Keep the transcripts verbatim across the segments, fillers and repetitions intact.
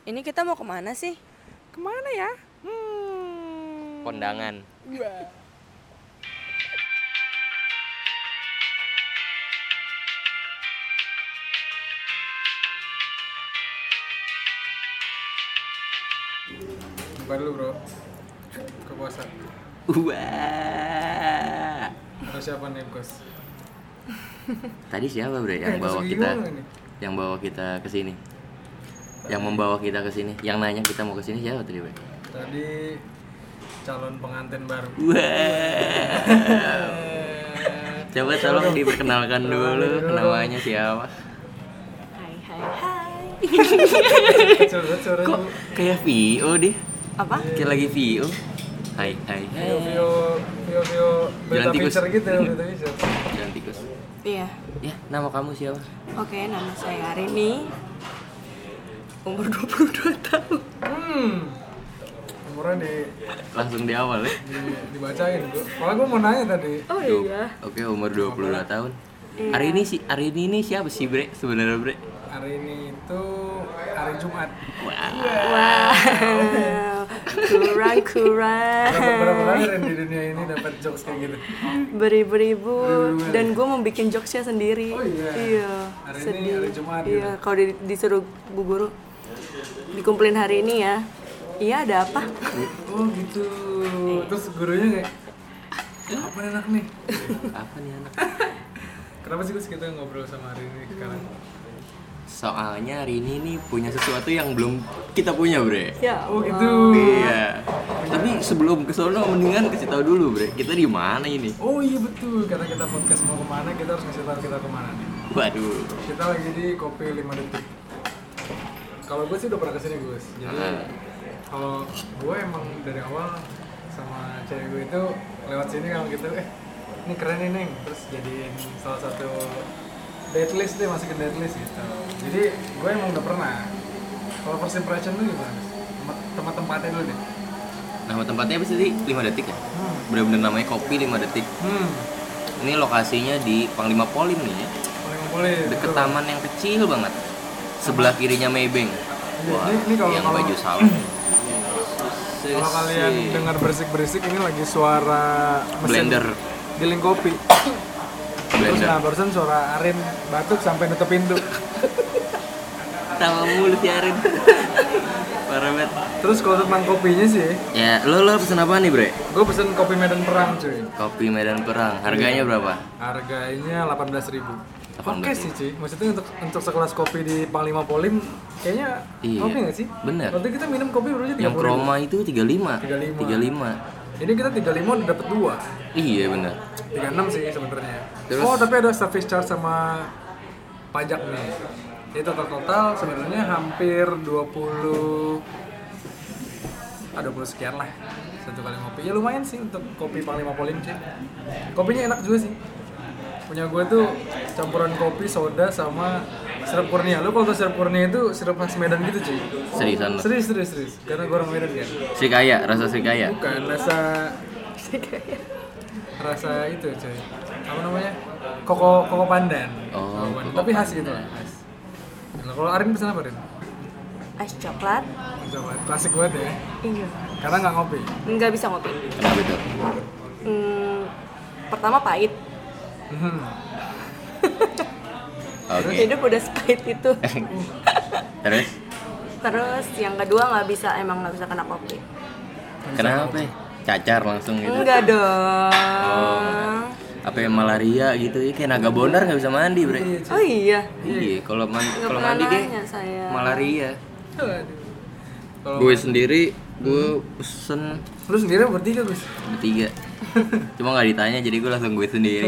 Ini kita mau kemana sih? Kemana ya? Hmm. Kondangan. Wah. Buka dulu bro. Kepuasan. Wah. Atau siapa nih bos? Tadi siapa bre yang Eh, bawa terus kita gimana nih? yang bawa kita ke sini? Yang membawa kita ke sini, yang nanya kita mau ke sini siapa tadi, Bre? Tadi calon pengantin baru. Wow. Coba tolong diperkenalkan dulu namanya siapa? Hai hai hai. Coba coba. Kok kayak V O deh? Apa? Kayak lagi V O. Hai hai hai. Vio Vio Vio Vio Jalan beta tikus. picture gitu, beta picture. Jangan tikus. Iya. Ya, nama kamu siapa? Oke, nama saya Arini. Umur dua puluh dua tahun. Hmm. Umurnya di, Langsung di awal ya. di dibacain gua. Malah gua mau nanya tadi. Oh Du- iya. Oke, umur dua puluh dua tahun. Iya. Hari ini si hari ini ini siapa sih, Bre? Sebenarnya, Bre? Hari ini itu hari Jumat. Wow. Kurang kurang. Berapa berapa kali Ren di dunia ini dapat jokes kayak gitu? Beribu-ribu. Beribu-ribu. Dan gue mau bikin jokesnya sendiri. Oh iya. Iya. Hari ini sedih. hari Jumat Iya. gitu. Kalau di- disuruh bu guru dikumpulin hari ini ya. Iya, ada apa? Oh gitu. Terus gurunya kayak apa nih anak nih? Apa nih anak? Kenapa sih Gus kita ngobrol sama hari ini sekarang? Soalnya hari ini nih punya sesuatu yang belum kita punya, Bre. Ya. Oh gitu. Iya. Tapi sebelum ke sono mendingan kasih tahu dulu, Bre. Kita di mana ini? Oh iya betul. Karena kita podcast mau kemana, kita harus ngasih tahu kita kemana nih. Waduh. Kita lagi di Kopi lima detik. Kalau gue sih udah pernah kesini Gus. Jadi Ah. kalau gue emang dari awal sama cewek gue itu lewat sini kalau gitu, eh ini keren nih Neng. Terus jadiin salah satu date list deh, masukin date list gitu. Jadi gue emang udah pernah. Kalau first impression lu gimana? Tempat, tempat tempatnya dulu deh. Nama tempatnya apa sih? lima detik ya? Hmm. Bener-bener namanya Kopi lima detik. Hmm. Ini lokasinya di Panglima Polim nih ya. Paling boleh. Deket betul. taman yang kecil banget. Sebelah kirinya Maybank. Wah, ini- ini kalau- yang kalau- baju salam. Kalau kalian dengar berisik-berisik ini lagi suara mesin Blender. giling kopi. Terus Blender. nah barusan suara Arin batuk sampai nutup pintu. Tawa mulu si Arin. Parah banget. Terus kalau tentang kopinya sih, Ya, lo lo pesen apa nih, Bre? gue pesen kopi Medan Perang cuy. Kopi Medan Perang. Harganya berapa? Harganya delapan belas ribu. delapan Oke belas sih cuy, maksudnya untuk untuk sekelas kopi di Panglima Polim kayaknya Iya, oke nggak sih? bener. Waktu kita minum kopi berarti tiga Yang puluh ribu. Kroma itu tiga puluh lima. tiga puluh lima. tiga puluh lima. Ini kita tiga puluh lima udah dapet dua. Iya, benar. tiga puluh enam sih sebenarnya. Terus? Oh, tapi ada service charge sama pajak nih. Jadi total-total sebenarnya hampir dua puluh ah dua puluh sekian lah satu kali ngopi. Ya lumayan sih untuk kopi Panglima Polim sih. Kopinya enak juga sih. Punya gue tuh campuran kopi, soda sama sirup kurnia. Lu kalau tau sirup kurnia itu sirup khas Medan gitu cuy. Seriusan lo. Serius, serius, serius. Karena gue orang Medan kan. Srikaya, rasa Srikaya. Bukan, rasa rasa itu cuy. Apa namanya? Koko koko pandan. Oh, Koko pandan. koko Tapi khas pandan. gitu lah, khas. Nah, kalau Arin pesan apa, Rin? Ice coklat. Coba, klasik banget ya. Iya. Karena nggak ngopi. Nggak bisa ngopi. Kenapa itu? Hmm, pertama pahit. Hmm. Oke. Hidup udah sepahit itu. Terus? Terus yang kedua nggak bisa, emang nggak bisa kena kopi. Kenapa? Cacar langsung gitu. Enggak dong. Apa yang malaria gitu ya, kayak naga bonar nggak bisa mandi, Bre. Iya, cuy. Oh iya. Iya, kalau man- Nggak kalau pernah mandi dia nanya saya. malaria. Aduh. Kalau Gue sendiri gue pesen lu sendiri bertiga, Gus. bertiga. Cuma nggak ditanya jadi gue langsung gue sendiri.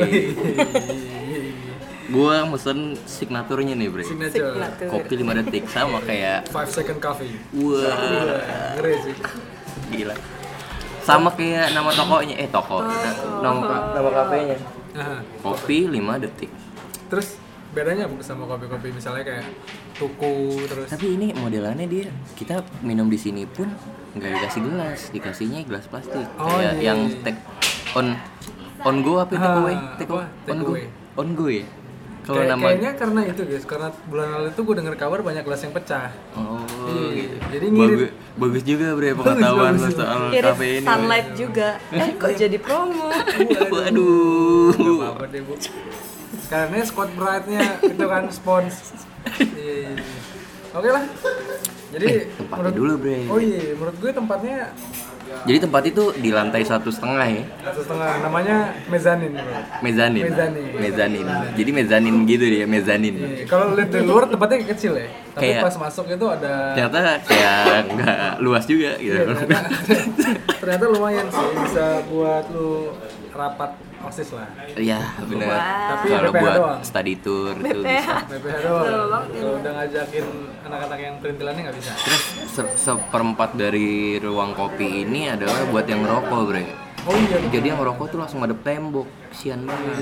Gue pesen signaturnya nih, Bre. Signature. Signature. Kopi lima detik sama kayak Five second coffee. wah, Wah, ngeri sih. gila. Sama kayak nama tokonya, eh toko. Nama nama kafenya. Nah, Kopi lima detik. terus bedanya apa sama kopi-kopi misalnya kayak tuku terus Tapi ini modelannya dia, kita minum di sini pun nggak dikasih gelas, dikasihnya gelas plastik. Oh, Kayak iya, yang iya. take on on go apa take Ah, away? Take, apa? on Take go. away. On go ya. Kalau Kayak- nama kayaknya karena itu guys, karena bulan lalu itu gue denger kabar banyak gelas yang pecah. oh Iya, gitu. Jadi ngirit. Bagus, bagus juga bre pengetahuan Bagus, lo bagus. soal Irit kafe ini. sunlight juga. Eh kok jadi promo? Waduh. Gak apa-apa deh bu. Karena Scott Bright-nya itu kan spons. Iya, iya, iya. Oke lah. Jadi Eh, tempatnya dulu, Bre. Oh iya, menurut gue tempatnya Jadi tempat itu di lantai satu setengah ya, satu setengah. Namanya mezanin bro. mezanin. Mezanin. Mezanin. Jadi mezanin gitu dia, mezanin. Iya, kalau lihat dari luar tempatnya kecil ya. Tapi Kayak- pas masuk itu ada. Ternyata kayak nggak luas juga gitu. Iya, ternyata, ternyata lumayan sih bisa buat lu rapat osis lah. Iya benar. Wah. Tapi Kalau B P H buat doang. study tour itu B P H. bisa. B P H doang. Lama banget ya. Kalau udah ngajakin anak-anak yang perintilannya nggak bisa. Terus se- seperempat dari ruang kopi ini adalah buat yang ngerokok bre. Oh iya. Jadi yang ngerokok tuh langsung madep tembok, kasian banget.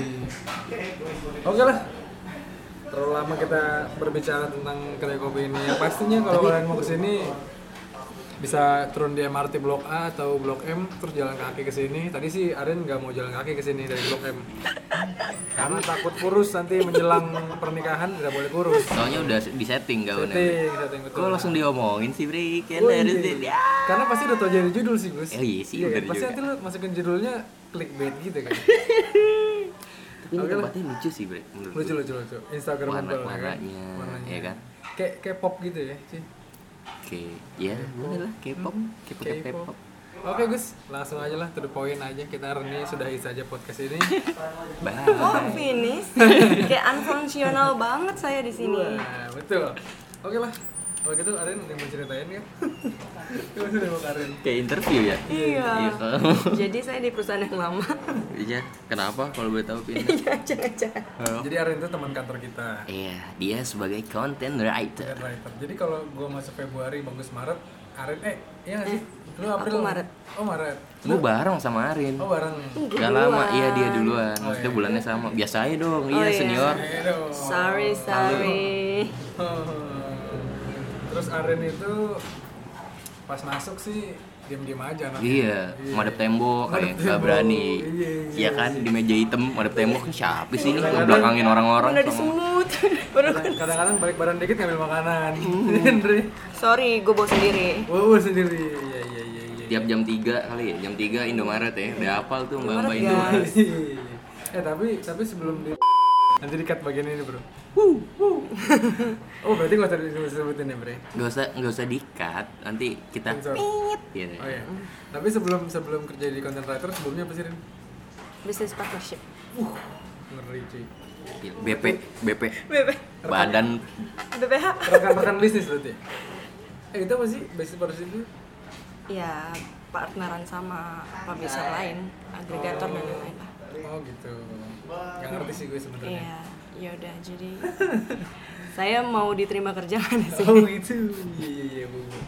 Oke lah. Terlalu lama kita berbicara tentang kedai kopi ini. Yang pastinya kalau kalian mau kesini bisa turun di M R T Blok A atau Blok M terus jalan kaki ke sini. Tadi sih Aren nggak mau jalan kaki ke sini dari Blok M. Karena takut kurus nanti menjelang pernikahan tidak boleh kurus. Soalnya udah di setting gaunnya. Setting, setting betul. Kok langsung diomongin sih bre? Kan Oh, harus iya. di- Karena pasti udah tau jadi judul sih Gus. Eh, iya sih, kan? bener Pasti juga. nanti lu masukin judulnya clickbait gitu kan. Tapi ini Oke lah. tempatnya lucu sih bre menurut Lucu gue. lucu lucu. Instagramable kan. Warna-warnanya, ya kan? Kayak kayak pop gitu ya, Ci. Oke, ya boleh lah K-pop, K-pop, K-pop. K-pop. Oke Gus, langsung aja lah to the point aja. Kita hari ini sudahi saja podcast ini. Bye. Oh finish. Kayak unfungsional banget saya di sini. Wah, betul. Oke lah. Kalau gitu Aren yang mau ceritain kan? Coba sudah mau Aren. Kayak interview ya? Iya. Iya. kan? Jadi saya di perusahaan yang lama. Iya. Kenapa kalau boleh tahu pindah? Iya, jangan-jangan. Jadi Aren itu teman kantor kita. Iya, dia sebagai content writer. Content writer. Jadi kalau gua masuk Februari, bagus Maret, Aren eh iya nggak sih? Lu April? Aku Maret. Oh Maret. Lu bareng sama Arin. Oh bareng. Gak lama, iya dia duluan. Oh, Maksudnya iya. bulannya sama. Biasa aja dong, Oh, iya iya. senior. Eh, dong. Sorry, sorry. Terus Aren itu pas masuk sih diam-diam aja anaknya. Iya, madep tembok Madep kayak gak tembok. berani. Iya, iya. Iya kan di meja hitam madep tembok kan siapa sih ini Kadang-kadang- ngebelakangin orang-orang Udah sama. disemut. Baru kan. Kadang-kadang balik badan dikit ngambil makanan. Andre. Sorry, gue bawa sendiri. Wow, sendiri. Iya iya iya iya. Tiap jam tiga kali ya, jam tiga Indomaret ya. Udah hafal tuh Mbak Mbak Indomaret, Indomaret. Eh tapi tapi sebelum di nanti di cut bagian ini bro. Oh berarti nggak usah disebutin ya bre. Gak usah gak usah di-cut, nanti kita Sensor. pit gitu. Oh iya. Tapi sebelum sebelum kerja di content writer sebelumnya apa sih Rin? Business partnership. Ngeri cuy. B P B P B P. badan B P H. Rekan-rekan bisnis berarti. Eh itu apa sih bisnis partnership itu? Ya, partneran sama publisher lain, agregator dan lain-lain lah. Oh gitu. Gak ngerti sih gue sebenarnya. Iya, ya udah jadi saya mau diterima kerja kan di sini. Oh gitu. Iya iya iya bu. bu.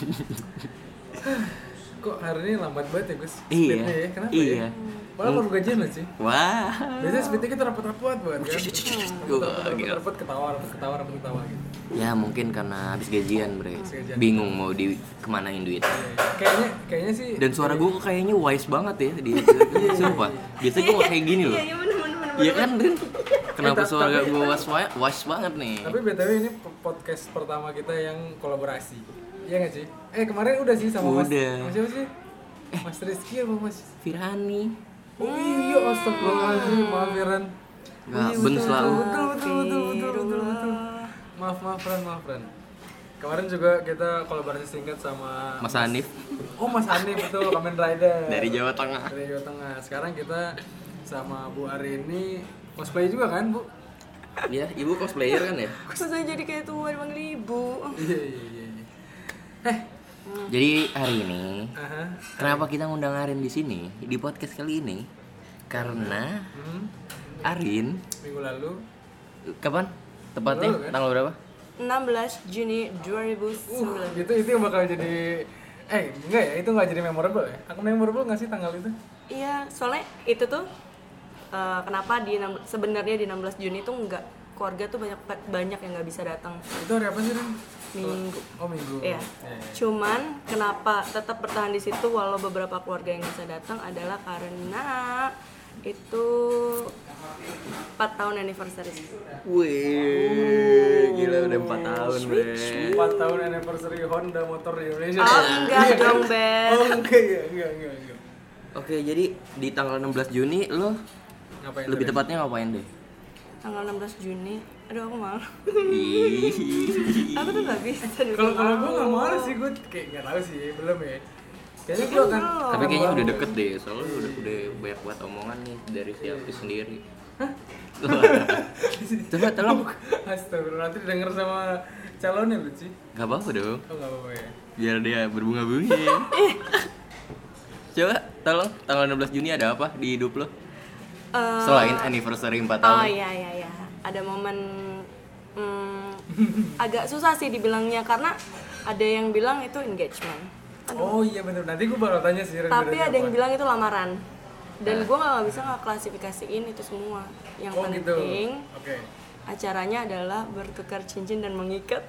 Kok hari ini lambat banget ya Gus? Iya. Speednya ya? Kenapa Iya. ya? Padahal baru gajian loh sih. wah. Biasanya speednya kita rapat-rapat banget kan? Wah, gila. Rapat ketawa, rapat ketawa, rapat ketawa gitu. Ya mungkin karena habis gajian bre, gajian. bingung mau di kemanain duit. Iya, iya. Kayaknya kayaknya sih. Dan suara gue kok kayaknya wise banget ya di sumpah. Biasanya gue gak kayak gini loh. Iya, iya bener bener bener. Iya kan Rin? Kenapa Eh, ta- suara tapi- gue wise wise banget nih? Tapi B T W ini podcast pertama kita yang kolaborasi. Iya nggak sih? Eh kemarin udah sih sama Mas. Udah. Mas siapa sih? Mas Rizky apa Mas? Firani. Oh iya, astagfirullahaladzim, maaf ya Ran. Nggak, Iya, ben betul, selalu. Betul, betul, betul, betul, betul, betul, betul. Maaf, maaf Ran, maaf Ran. Kemarin juga kita kolaborasi singkat sama Mas Hanif Oh Mas Hanif, betul, Kamen Rider. dari Jawa Tengah. Dari Jawa Tengah. Sekarang kita sama Bu Ari ini cosplay juga kan Bu? Ya, ibu cosplayer kan ya? Kok saya jadi kayak tua dipanggil ibu. Iya, iya, iya. iya. Eh, Jadi hari ini aha. kenapa kita ngundang Arin di sini di podcast kali ini? Karena Hmm, Arin minggu lalu kapan? Tepatnya Lalu, kan? tanggal berapa? enam belas Juni dua ribu uh, sembilan. gitu itu yang bakal jadi eh enggak ya, itu nggak jadi memorable ya? Aku memorable nggak sih tanggal itu? Iya, soalnya itu tuh eh, kenapa di enam- sebenarnya di enam belas Juni tuh enggak, keluarga tuh banyak banyak yang nggak bisa datang. Itu hari apa sih Rin? Minggu. Oh minggu. Iya. Iya, iya. Cuman kenapa tetap bertahan di situ walau beberapa keluarga yang bisa datang adalah karena Itu empat tahun anniversary. Wih, gila udah empat tahun, Bre. empat tahun anniversary Honda motor di Indonesia. Oh enggak dong, Ben. Oh enggak ya, enggak, enggak, enggak. Oke, jadi di tanggal enam belas Juni lo Ngapain lebih tuh, tepatnya ngapain deh? Tanggal enam belas Juni. Aduh aku malu. Ih. Aku tuh nggak bisa. Kalau kalau gue nggak mau sih, gue kayak nggak tahu sih, belum ya. Kayaknya gue akan. Tapi kayaknya udah deket deh, soalnya udah udah banyak banget omongan nih dari si Alfi sendiri. Coba tolong. Astagfirullah, nanti denger sama calonnya lu sih. Gak apa-apa dong, Oh nggak apa-apa ya. biar dia berbunga-bunga. Coba tolong, tanggal enam belas Juni ada apa di hidup lo? Eh, Selain anniversary empat Oh tahun. iya iya iya. Ada momen hmm, agak susah sih dibilangnya karena ada yang bilang itu engagement. Oh iya bener, nanti gue bakal tanya sih. Tapi ada yang apa. bilang itu lamaran. Dan gue nggak bisa nggak klasifikasiin itu semua. Yang Oh gitu. penting Oke. acaranya adalah bertukar cincin dan mengikat.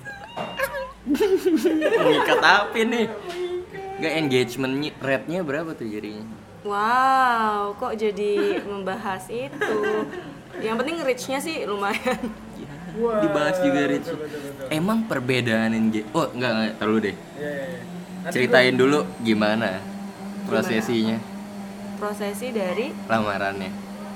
Mengikat apa nih? Gak engagement rate-nya berapa tuh jadinya? Wow, kok jadi membahas itu? Yang penting reach-nya sih lumayan. Wah, Dibahas juga Rich. betul, betul, betul. Emang perbedaan engagement? Oh enggak enggak, terlalu deh. Iya, iya, iya. Nanti Ceritain dulu gimana prosesinya, Prosesi dari lamarannya.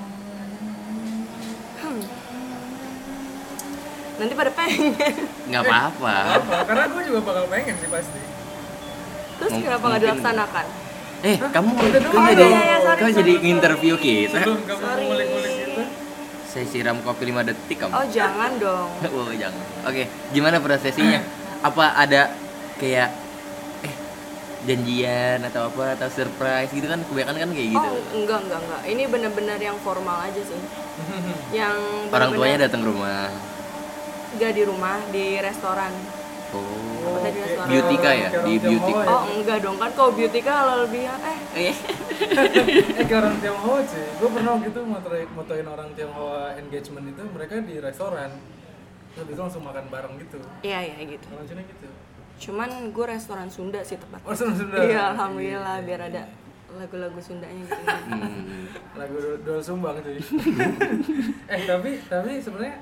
nanti pada pengen. Nggak apa-apa. gua- apa? Karena gue juga bakal pengen sih pasti. Terus Mung- kenapa nggak mungkin- dilaksanakan? Eh, kamu Udah dong. kok Oh, jadi iya, iya, sorry, kok sorry, jadi sorry. interview kita? Sebelum kamu Sorry. ngulik-ngulik gitu. Saya siram kopi lima detik kamu. Oh jangan dong. Oh, jangan. Oke, gimana prosesinya? Apa ada kayak eh janjian atau apa atau surprise gitu kan kebanyakan kan kayak gitu. Oh enggak enggak enggak. Ini benar-benar yang formal aja sih. Yang Orang tuanya benar-benar datang ke rumah. nggak di rumah, di restoran. Oh. Apa tadi restoran? Beautika ya? Kayak Di orang Beautika. Tionghoa ya? Oh enggak dong kan kalau Beautika halal lebih eh Eh, Eh ke orang Tionghoa sih, gue pernah gitu motoin, motoin orang Tionghoa engagement itu mereka di restoran, terus habis itu langsung makan bareng gitu. iya iya gitu. Orang Cina gitu. Cuman gue restoran Sunda sih tepat. Oh Sunda Sunda. Iya alhamdulillah biar ada lagu-lagu Sundanya gitu. hmm. Lagu Dol Dol Sumbang tuh. eh tapi tapi sebenarnya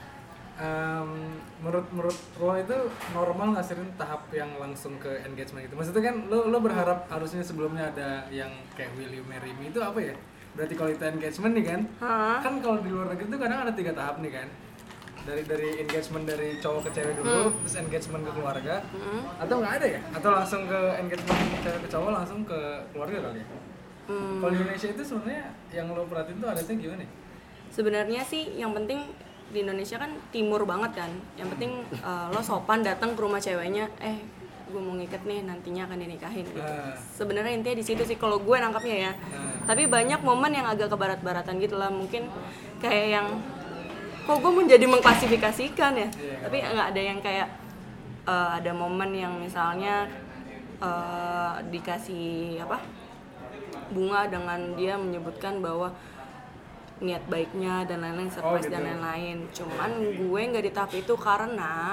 um, menurut menurut lo itu normal ngasihin tahap yang langsung ke engagement gitu. Maksudnya kan lo lo berharap harusnya sebelumnya ada yang kayak Will You Marry Me itu apa ya? Berarti kalau itu engagement nih kan? Hah? Kan kalau di luar negeri tuh kadang ada tiga tahap nih kan? Dari dari engagement dari cowok ke cewek dulu, terus engagement ke keluarga, atau nggak ada ya? Atau langsung ke engagement cewek ke cowok langsung ke keluarga kali ya? Hmm, Kalau di Indonesia itu sebenarnya yang lo perhatiin tuh adatnya gimana? ya? sebenarnya sih yang penting di Indonesia kan timur banget kan. Yang penting eh, lo sopan datang ke rumah ceweknya, eh gue mau ngikat nih nantinya akan dinikahin gitu. Ah. Sebenarnya intinya di situ sih kalau gue nangkapnya ya. Ah. Tapi banyak momen yang agak ke barat-baratan gitu lah. Mungkin kayak yang kok gue menjadi mengklasifikasikan ya. Iya, Tapi nggak ada yang kayak eh, ada momen yang misalnya eh, dikasih apa bunga dengan dia menyebutkan bahwa niat baiknya dan lain-lain surprise gitu. dan lain-lain. Cuman gue nggak di tahap itu karena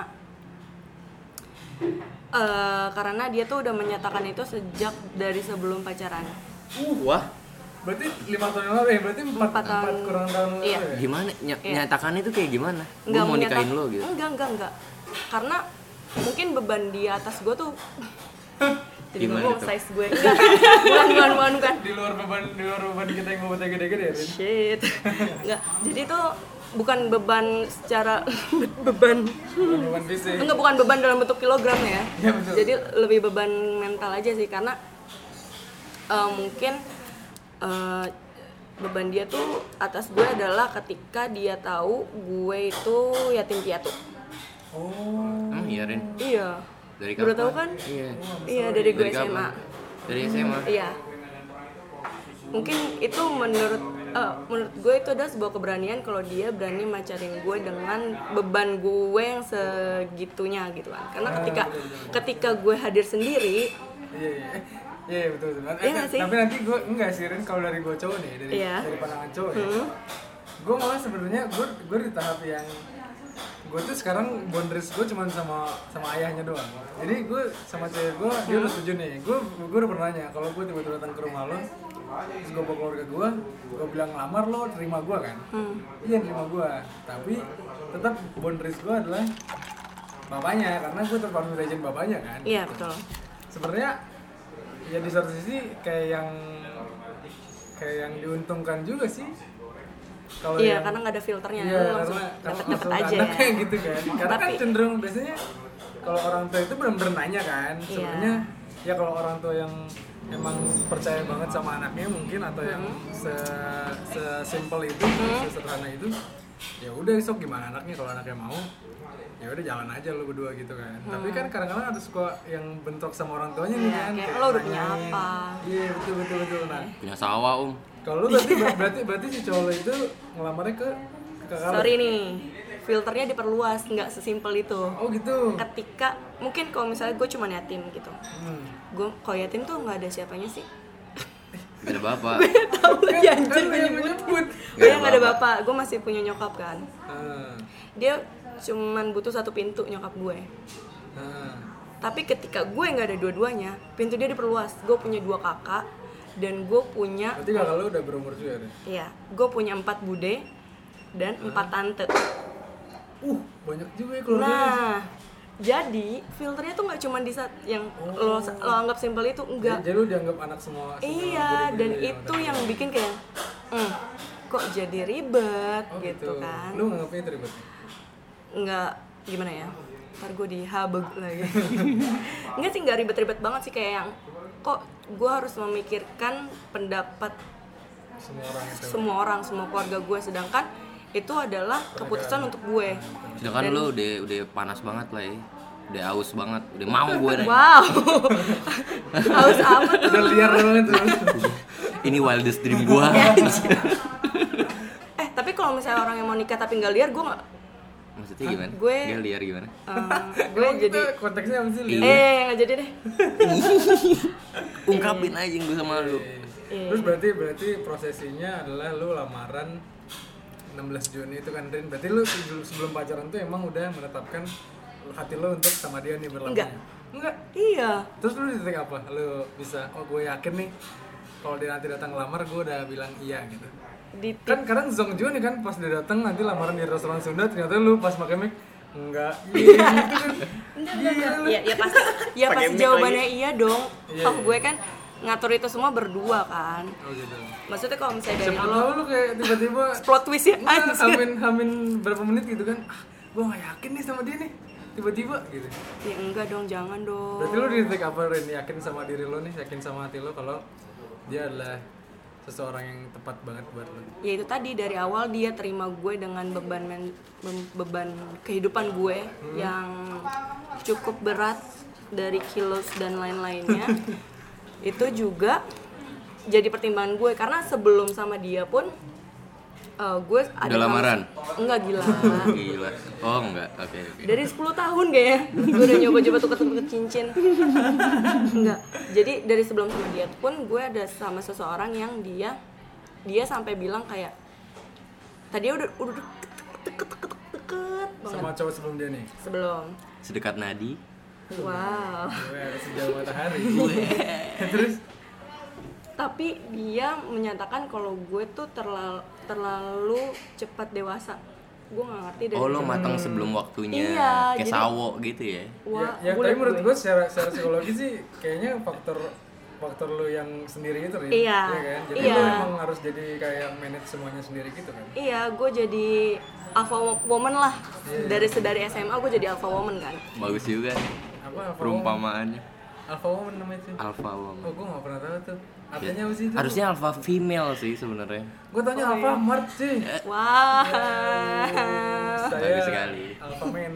eh karena dia tuh udah menyatakan itu sejak dari sebelum pacaran. Uh, Wah, berarti lima tahun yang lalu ya? Berarti empat, Empat tahun. empat kurang tahun yang lalu Iya. ya? gimana ny- Iya. nyatakan itu kayak gimana? Gue Nggak mau menyata- nikahin lo gitu. Enggak, enggak, enggak. Karena mungkin beban di atas gue tuh jadi Gimana ngomong tuh? size gue enggak. Bukan, bukan, bukan, bukan. Di luar beban, di luar beban kita yang bobotnya gede-gede ya? Rin? Shit. Enggak. Jadi tuh bukan beban secara beban. Bukan beban fisik. Enggak, bukan beban dalam bentuk kilogram ya. Iya, betul. Jadi lebih beban mental aja sih karena eh, mungkin eh, beban dia tuh atas gue adalah ketika dia tahu gue itu yatim piatu. Oh. Hmm, iya Rin. Iya. Dari Udah kapan? tahu kan? Iya. Iya dari gue Dari S M A. kapan? Dari S M A. Iya. Mungkin itu menurut eh, menurut gue itu adalah sebuah keberanian kalau dia berani macarin gue dengan beban gue yang segitunya gitu kan. Karena ketika ketika gue hadir sendiri, Iya, iya. Eh, Iya, iya, betul, betul. Iya nggak sih? Tapi nanti gue, enggak sih Rin, kalau dari gue cowok nih, dari, Iya. dari pandangan cowok ya. Hmm. Gue malah sebenarnya, gue, gue di tahap yang gue tuh sekarang boundaries gue cuma sama sama ayahnya doang. Jadi gue sama cewek gue dia udah setuju nih. Gue gue udah pernah nanya kalau gue tiba-tiba datang ke rumah lo, terus gue bawa keluarga gue, gue bilang ngelamar lo terima gue kan? Hmm. Iya terima gue. Tapi tetap boundaries gue adalah bapaknya karena gue tetap harus ngejagain bapaknya kan. Iya betul. Sebenarnya ya di satu sisi kayak yang kayak yang diuntungkan juga sih. Kalo iya, yang, karena nggak ada filternya, iya, lu langsung dapet-dapet aja ya. Kayak gitu kan. Karena Tapi, kan cenderung biasanya kalau orang tua itu benar-benar nanya kan. Iya. Sebenarnya ya kalau orang tua yang emang percaya banget sama anaknya mungkin atau yang se sesimpel itu, hmm. sesederhana itu, ya udah sok gimana anaknya kalau anaknya mau. Ya udah jalan aja lu berdua gitu kan. Hmm. Tapi kan kadang-kadang ada suka yang bentrok sama orang tuanya nih kan. Kayak lo udah punya apa? Iya, betul betul betul. Nah, punya sawah, Om. kalau lu berarti berarti berarti si cowok itu ngelamarnya ke ke kakak. Sorry nih, filternya diperluas, nggak sesimpel itu. Oh gitu. Ketika mungkin kalau misalnya gue cuma yatim gitu, Hmm. gue kalau yatim tuh nggak ada siapanya sih. Gak ada bapak. Tahu lagi Kan anjir lu yang menyebut. menyebut. Gue yang nggak ada bapak, gue masih punya nyokap kan. Hmm. Dia cuman butuh satu pintu nyokap gue. Hmm. Tapi ketika gue nggak ada dua-duanya, pintu dia diperluas. Gue punya dua kakak dan gue punya. Berarti kakak lu udah berumur juga deh. Iya, gue punya empat bude dan empat tante. Uh, banyak juga ya keluarga. Nah, jadi filternya tuh nggak cuma di saat yang oh. lo lo anggap simpel itu, enggak. Jadi, jadi lu dianggap anak semua. semua Iya, dan ya, itu yang bikin kayak, hmm, kok jadi ribet oh, gitu, gitu kan? Lu nganggapnya itu ribet? Enggak, gimana ya? Ntar gue dihabeg lagi. Enggak sih, nggak ribet-ribet banget sih, kayak yang kok gue harus memikirkan pendapat Semua orang itu. semua orang, semua keluarga gue, sedangkan itu adalah keputusan untuk gue. Sedangkan Dan- lu udah udah panas banget lah ya. Udah aus banget, udah mau gue nih. Wow, haus apa tuh? Udah liar banget tuh. Ini wildest dream gua. Eh tapi kalau misalnya orang yang mau nikah tapi nggak liar, gue nggak. Maksudnya gimana? Gue- Gak liar gimana? Um, gue Emang jadi kita konteksnya apa sih? Iya. Liar? eh nggak jadi deh. Ungkapin aja gue sama lu. Iya. Terus berarti berarti prosesinya adalah lu lamaran enam belas Juni itu kan Rin. Berarti lu sebelum, sebelum pacaran tuh emang udah menetapkan hati lu untuk sama dia nih berlamanya. Enggak. Enggak. Iya. Terus lu di titik apa? Lu bisa oh gue yakin nih kalau dia nanti datang ngelamar gue udah bilang iya gitu. Di Kan kadang Zong Jun kan pas dia datang nanti lamaran di restoran Sunda ternyata lu pas pakai mic enggak. Iya gitu kan. Iya lu. ya, ya pasti ya Pakai pasti mic jawabannya iya dong. Iya, Toh iya. gue kan ngatur itu semua berdua kan. Oh gitu. Maksudnya kalau misalnya dari Siapa lo tahu lu kayak tiba-tiba plot twist ya Nah, anjir. hamin hamin berapa menit gitu kan ah, gue gak yakin nih sama dia nih tiba-tiba gitu. Ya enggak dong, jangan dong. Berarti lu di titik apa Ren? Yakin sama diri lo nih, yakin sama hati lo kalau dia adalah seseorang yang tepat banget buat lo. Ya itu tadi, dari awal dia terima gue dengan beban men- be- beban kehidupan gue Hmm. yang cukup berat dari kilos dan lain-lainnya. Itu juga jadi pertimbangan gue karena sebelum sama dia pun uh, gue ada Udah lamaran? kons- enggak gila. Gila. Oh enggak. Oke oke. Dari sepuluh tahun kayaknya gue udah nyoba-nyoba tuker-tuker cincin. Enggak. Jadi dari sebelum sama dia pun gue ada sama seseorang yang dia dia sampai bilang kayak tadi udah udah deket deket deket deket banget Sama cowok sebelum dia nih. sebelum. Sedekat nadi. Wow. Gue sejauh matahari. Terus Tapi dia menyatakan kalau gue tuh terlalu terlalu cepat dewasa. Gue nggak ngerti dari Oh lo zaman- matang sebelum waktunya. Iya, Kayak jadi- sawo gitu ya. Wah, ya, ya bulat tapi menurut gue secara secara psikologi sih kayaknya faktor faktor lu yang sendiri itu Rin. Iya. kan? Jadi Iya. lu emang harus jadi kayak manage semuanya sendiri gitu kan. Iya, gue jadi alpha woman lah. Iya. Dari sedari S M A gue jadi alpha woman kan. Bagus juga nih Apa alpha woman? perumpamaannya. Alpha woman namanya sih. Alpha woman. Oh, gue gak pernah tahu tuh. Artinya apa sih itu? Harusnya alpha female sih sebenarnya. Gue taunya Oh, Alpha iya. Mart sih. Wah. Saya Bagus sekali. Alpha Man.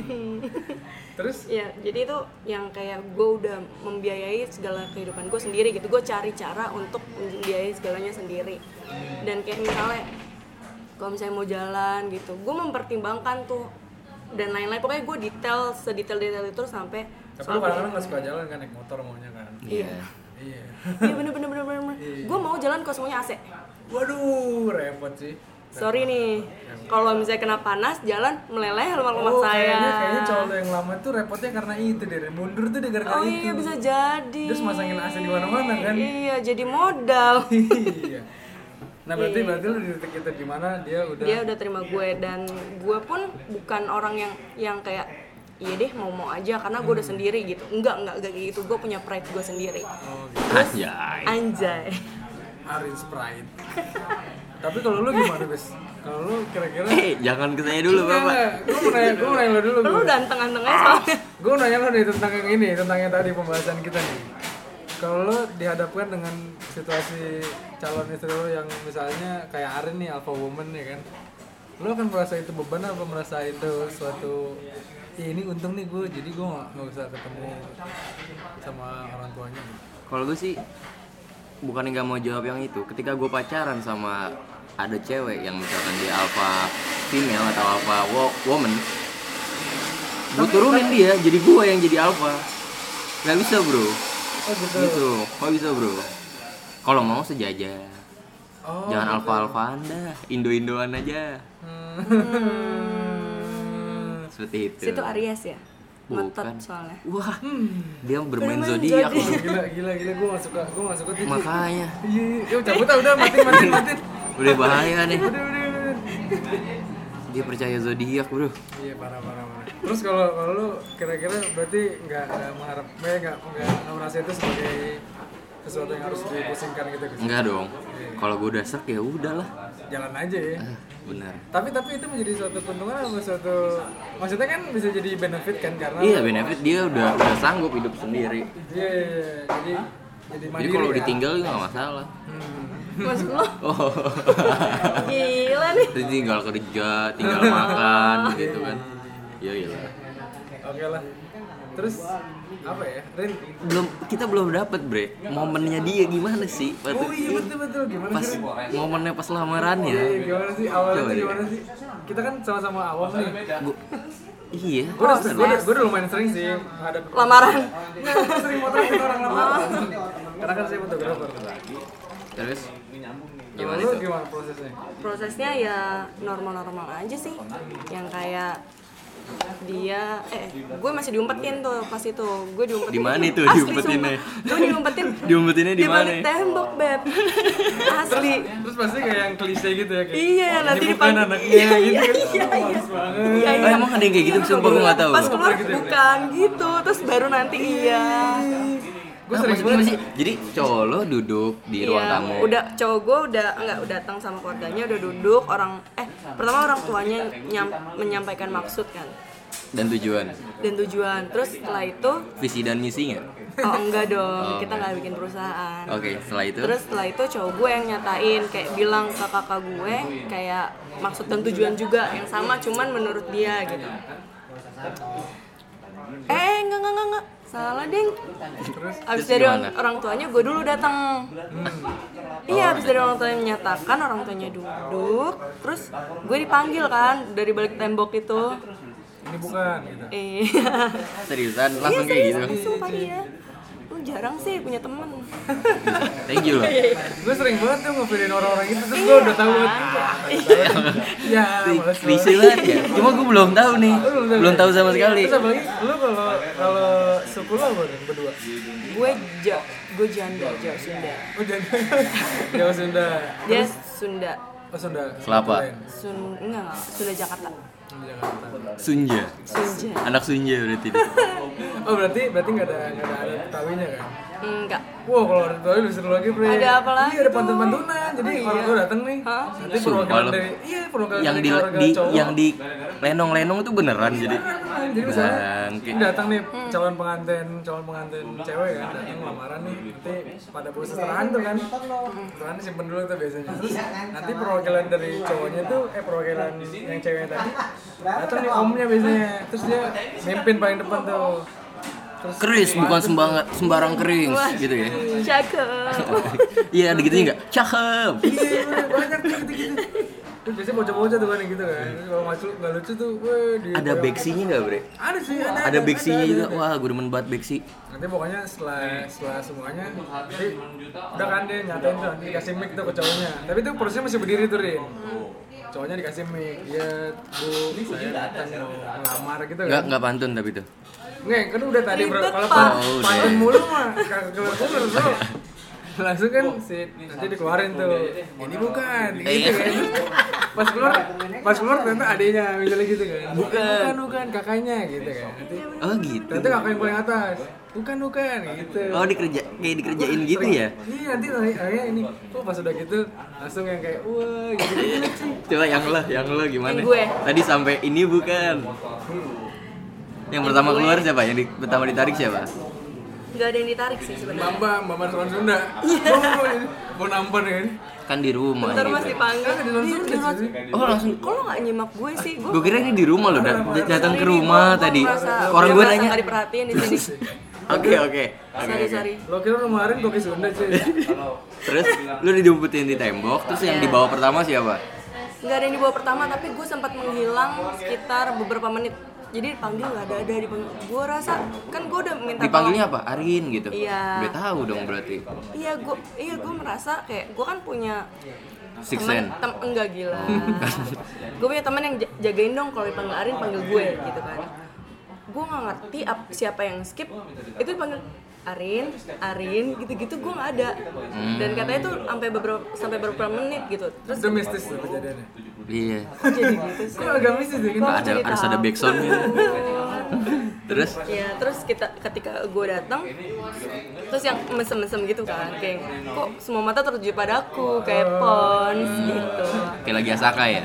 Terus Ya, jadi itu yang kayak gue udah membiayai segala kehidupan gue sendiri gitu. Gue cari cara untuk membiayai segalanya sendiri. Dan kayak misalnya kalau misalnya mau jalan gitu, gue mempertimbangkan tuh dan lain-lain. Pokoknya gue detail sedetail-detail itu sampai tapi lu kadang-kadang gak suka jalan kan naik motor maunya kan. Iya. Iya. Iya bener bener bener bener. Iya. Gue mau jalan kalau semuanya A C. Waduh, repot sih. sorry nih, kalau misalnya kena panas jalan meleleh lemak-lemak Oh, saya. kayaknya kayaknya cowok lo yang lama tuh repotnya karena itu deh, mundur tuh deh gara-gara Oh itu. iya bisa jadi. Terus masangin A C di mana-mana kan? Iya jadi modal. Iya. Nah berarti berarti lu di titik itu di mana dia udah Dia udah terima gue dan gue pun bukan orang yang yang kayak iya deh mau-mau aja karena gue udah sendiri gitu. Enggak enggak enggak kayak gitu. Gue punya pride gue sendiri. Oh, gitu. Anjay. Anjay. Aris Pride. Tapi kalau lu gimana, Bes? Kalau lu kira-kira Eh, jangan ke saya dulu, Bapak. gue mau nanya, gue mau nanya lo dulu. Lu Gue ganteng-ganteng aja soalnya. gue nanya lo nih tentang yang ini, tentang yang tadi pembahasan kita nih. Kalau lo dihadapkan dengan situasi calon istri lo yang misalnya kayak Arin nih, alpha woman ya kan, lo akan merasa itu beban apa merasa itu suatu "Ih, ini untung nih gue, jadi gue nggak nggak usah ketemu sama orang tuanya gitu." Kalau gue sih bukan nggak mau jawab yang itu. Ketika gue pacaran sama ada cewek yang misalkan dia alpha female atau alpha wo- woman, gue turunin dia, jadi gue yang jadi alpha. Gak bisa bro. Oh gitu. Gitu, gak bisa bro. Kalau mau sejajar. Oh, Jangan gitu. alpha-alphaan dah, indo-indoan aja. Hmm. Seperti itu. Situ Aries ya? Ngotot Bukan. soalnya. Wah, dia bermain Bermain zodiak. zodiak. Gila gila gila gue gak suka, gue gak suka tuh. Ci. Makanya, Iya, yuk cabut ah, udah matiin matiin matiin. udah bahaya nih. Udah udah udah. Dia percaya zodiak bro. Iya parah parah parah. Terus kalau kalau lu kira-kira berarti nggak nggak mengharap, eh, nggak nggak nggak merasa itu sebagai sesuatu yang harus dipusingkan gitu gitu. Enggak dong. Kalau gue udah sek ya udahlah. Jalan aja ya. Ah, benar. Tapi tapi itu menjadi suatu keuntungan atau suatu, maksudnya kan bisa jadi benefit kan karena Iya benefit dia udah udah sanggup hidup sendiri. Iya iya iya. jadi jadi mandiri. Jadi kalau ya? ditinggal juga nggak masalah. Hmm. Maksud lo? Oh. Gila nih. Terus tinggal kerja, tinggal makan gitu kan. Iya iya. Oke lah. Terus apa ya? Rin. Belum kita belum dapat bre. Momennya dia gimana sih? Oh iya betul betul gimana Pas sih? Rin? momennya pas lamarannya. Iya, gimana sih awalnya Coba tuh deh. gimana sih? Kita kan sama-sama awam nih. Gua, iya. Gue udah, gue udah, gue udah lumayan sering sih menghadapi Lamaran. Nggak, gue sering motretin orang lamaran. Karena kan saya fotografer. Terus Gimana gimana lu itu? gimana prosesnya? Prosesnya ya normal-normal aja sih. Yang kayak dia eh gue masih diumpetin tuh pas itu. Gue diumpetin. Di mana itu Asli, diumpetinnya? sumpah. Gue diumpetin. Diumpetinnya di Di balik mana? tembok, Beb. Asli. Terus pasti kayak yang klise gitu ya kayak Iya, "Oh, nanti ini bukan dipanggil." anaknya Iya, gitu iya, kan. iya, Oh, iya. males banget. Iya, Oh, emang ada yang kayak gitu? Sumpah gue nggak tahu. Pas keluar Gitu ya, Bre? bukan gitu, terus baru nanti iya. Gue Ah, sering maksudnya banget sih, jadi cowok lo duduk di ruang Iya, tamu. udah cowok gue udah enggak udah datang sama keluarganya, udah duduk, orang eh pertama orang tuanya nyam, menyampaikan maksud kan Dan tujuan, dan tujuan. Terus setelah itu visi dan misi nggak? oh enggak dong, Oh, kita enggak. nggak bikin perusahaan. Oke, setelah itu. Terus setelah itu cowok gue yang nyatain kayak bilang ke kakak gue kayak maksud dan tujuan juga yang sama cuman menurut dia gitu. Eh enggak enggak enggak, enggak. Salah deng. terus Abis Terus dari gimana? orang, orang tuanya gue dulu datang. Iya, abis dari orang tuanya menyatakan, orang tuanya duduk, terus gue dipanggil kan dari balik tembok itu. ini bukan gitu. Iya. seriusan Iya langsung kayak serius, gitu. sumpah iya. Lu jarang sih punya temen. Thank you loh. Gue sering banget tuh ngevideoin orang-orang itu terus gue udah tahu banget. Ya, males Klise banget. banget ya. Cuma gue belum tahu nih. Belum tahu sama sekali. Terus apalagi lu kalau kalau suku lu apa nih berdua? Gue ja, gue janda, Jawa Sunda. Oh jadi Jawa Sunda. Dia Sunda. Oh Sunda. Kelapa. Lain. Sun enggak, enggak, Sunda Jakarta. Hmm, Jakarta. Sunja. Sunja. Anak Sunja berarti dia. Oh berarti berarti nggak ada nggak ada adat Betawinya kan? Enggak. Wow kalau ada Betawi lebih seru lagi bre. Ada apa lagi Iya ada tuh? pantun-pantunan. Jadi Oh, orang iya. tua datang nih. Hah? Nanti Sumpah perwakilan lo. dari iya perwakilan Yang dari di, keluarga di cowok. yang di lenong-lenong itu beneran jadi. Jadi misalnya Bangke. ini datang nih calon pengantin calon pengantin cewek kan datang lamaran nih nanti pada bawa seserahan tuh kan seserahan simpen dulu tuh biasanya terus nanti perwakilan dari cowoknya tuh eh perwakilan yang ceweknya tadi datang nih omnya biasanya terus dia mimpin paling depan tuh terus Keris bukan sembarang sembarang kering gitu ya. Cakep. Iya ada gitunya enggak? Cakep. iya banyak tuh gitu-gitu terus biasanya bocah-bocah tuh kan yang gitu kan terus kalau nggak lucu nggak lucu tuh weh di Ada beksinya enggak, Bre? ada sih ada Ada beksinya ada, juga. ada. Wah, gue demen banget beksi. Nanti pokoknya setelah setelah semuanya nanti udah kan dia nyatain tuh nanti dikasih mic tuh ke cowoknya tapi itu prosesnya masih berdiri tuh Rin cowoknya dikasih mic, iya bu saya datang mau ngelamar gitu Nggak kan. nggak pantun tapi tuh. Nggak, kan udah tadi bro, Ribet, kalau Pak. pan- Oh, udah. pantun mulu mah kagak keluar bro. Langsung kan si nanti dikeluarin tuh, ini bukan, gitu kan. Pas keluar, pas keluar ternyata adenya misalnya gitu kan. Bukan. bukan, bukan kakaknya gitu kan. Nanti Oh gitu. ternyata kakak yang paling atas, bukan bukan gitu. Oh dikerja kayak dikerjain gitu ya. Iya nanti akhirnya ini, oh pas udah gitu langsung yang kayak wah gitu gitu sih. Coba yang lo, yang lo gimana? Yang gue. Tadi sampai ini bukan. Yang pertama gue. keluar siapa? Yang di, pertama ditarik siapa? Nggak ada yang ditarik sih sebenarnya. Mbak, Mbak Marsuan Sunda. Mau mau nampar kan? Kan di rumah. Bentar gitu. mas dipanggil. Kan di langsung Iya, sih. Oh langsung. Kok lo nggak nyimak gue sih? Gue Gue kira ini di rumah loh, dat- datang ke Sorry, rumah gua- gua tadi. merasa- Orang gua gue merasa nanya. nggak diperhatiin di sini. Oke oke. Oke, Sorry oke. sorry. Lo kira kemarin gue ke Sunda cuy. Terus lu dijumpetin di tembok, terus yang di bawah pertama siapa? Nggak ada yang dibawa pertama, tapi gue sempat menghilang sekitar beberapa menit. Jadi dipanggil nggak ada ada dipanggil. Gue rasa kan gue udah minta Dipanggilnya apa? Arin gitu. Iya. Udah tahu dong berarti. tolong. Iya gue iya gue merasa kayak gue kan punya Six temen, Sense. tem enggak gila. Gue punya teman yang j- jagain dong kalau dipanggil Arin panggil gue gitu kan. Gue nggak ngerti ap, siapa yang skip itu dipanggil Arin, Arin gitu-gitu gue nggak ada. Dan katanya tuh sampai beberapa sampai beberapa menit gitu. Terus Itu mistis tuh kejadiannya. Iya. kok jadi gitu sih. Kok agak mistis ya kan? Kok Ada jadi harus ada tahu? backsoundnya. Terus Ya terus kita ketika gue datang terus yang mesem-mesem gitu kan kayak kok semua mata tertuju padaku kayak pons gitu. kayak lagi asaka ya.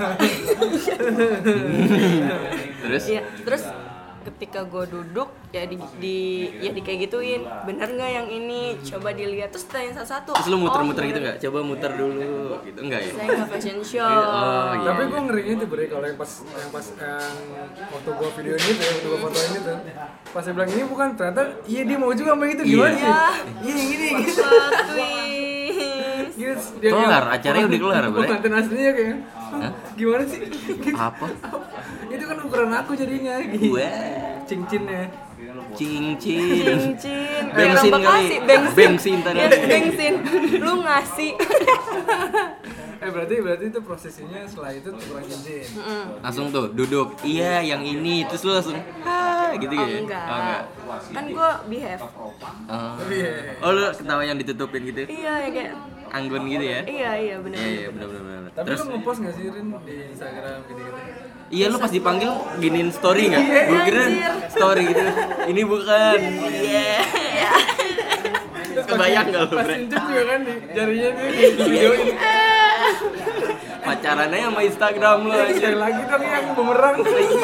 Terus Iya terus ketika gue duduk ya di, di ya di kayak gituin bener nggak yang ini coba dilihat terus tanya satu-satu. terus lu muter-muter Oh, gitu nggak? Coba muter dulu gitu enggak ya? saya nggak fashion show. Oh, iya. Tapi gue ngerinya tuh bre kalau yang pas yang pas yang waktu gue video ini tuh, waktu gue fotoin itu, pas dia bilang ini bukan ternyata iya dia mau juga sama itu gimana Iya. sih? Iya yang ini gitu. Plot twist. Gitu, dia Kelar, yang- acaranya udah kelar, bre. Pengantin aslinya kayak Hah? gimana sih? Gitu. Apa? Itu kan ukuran aku jadinya gitu. Wah, Cincin-cinnya. cincin. Cincin, Bensin kayak orang kali. Bekasi, bensin, Bensin tadi. Ya, bensin, lu ngasih. Eh berarti berarti itu prosesnya setelah itu tukeran cincin. Langsung tuh duduk. Iya, yang ini. Terus lu langsung ah gitu Oh ya? enggak, Oh, enggak. kan gue behave. Oh. Iya. Oh, lu ketawa yang ditutupin gitu. Iya ya kayak, Anggun gitu ya? iya iya benar. Iya, iya, benar benar benar. Tapi Terus lu ngepost nggak sih Rin di Instagram gitu-gitu? iya lu pas dipanggil giniin story enggak? Iya, Gua kira anjir. story gitu. Ini bukan. Iya. Kebayang enggak lu, Pas Bre? cincin juga kan di jarinya dia di videoin. Pacarannya sama Instagram lu Sekali anjir. lagi dong yang bumerang.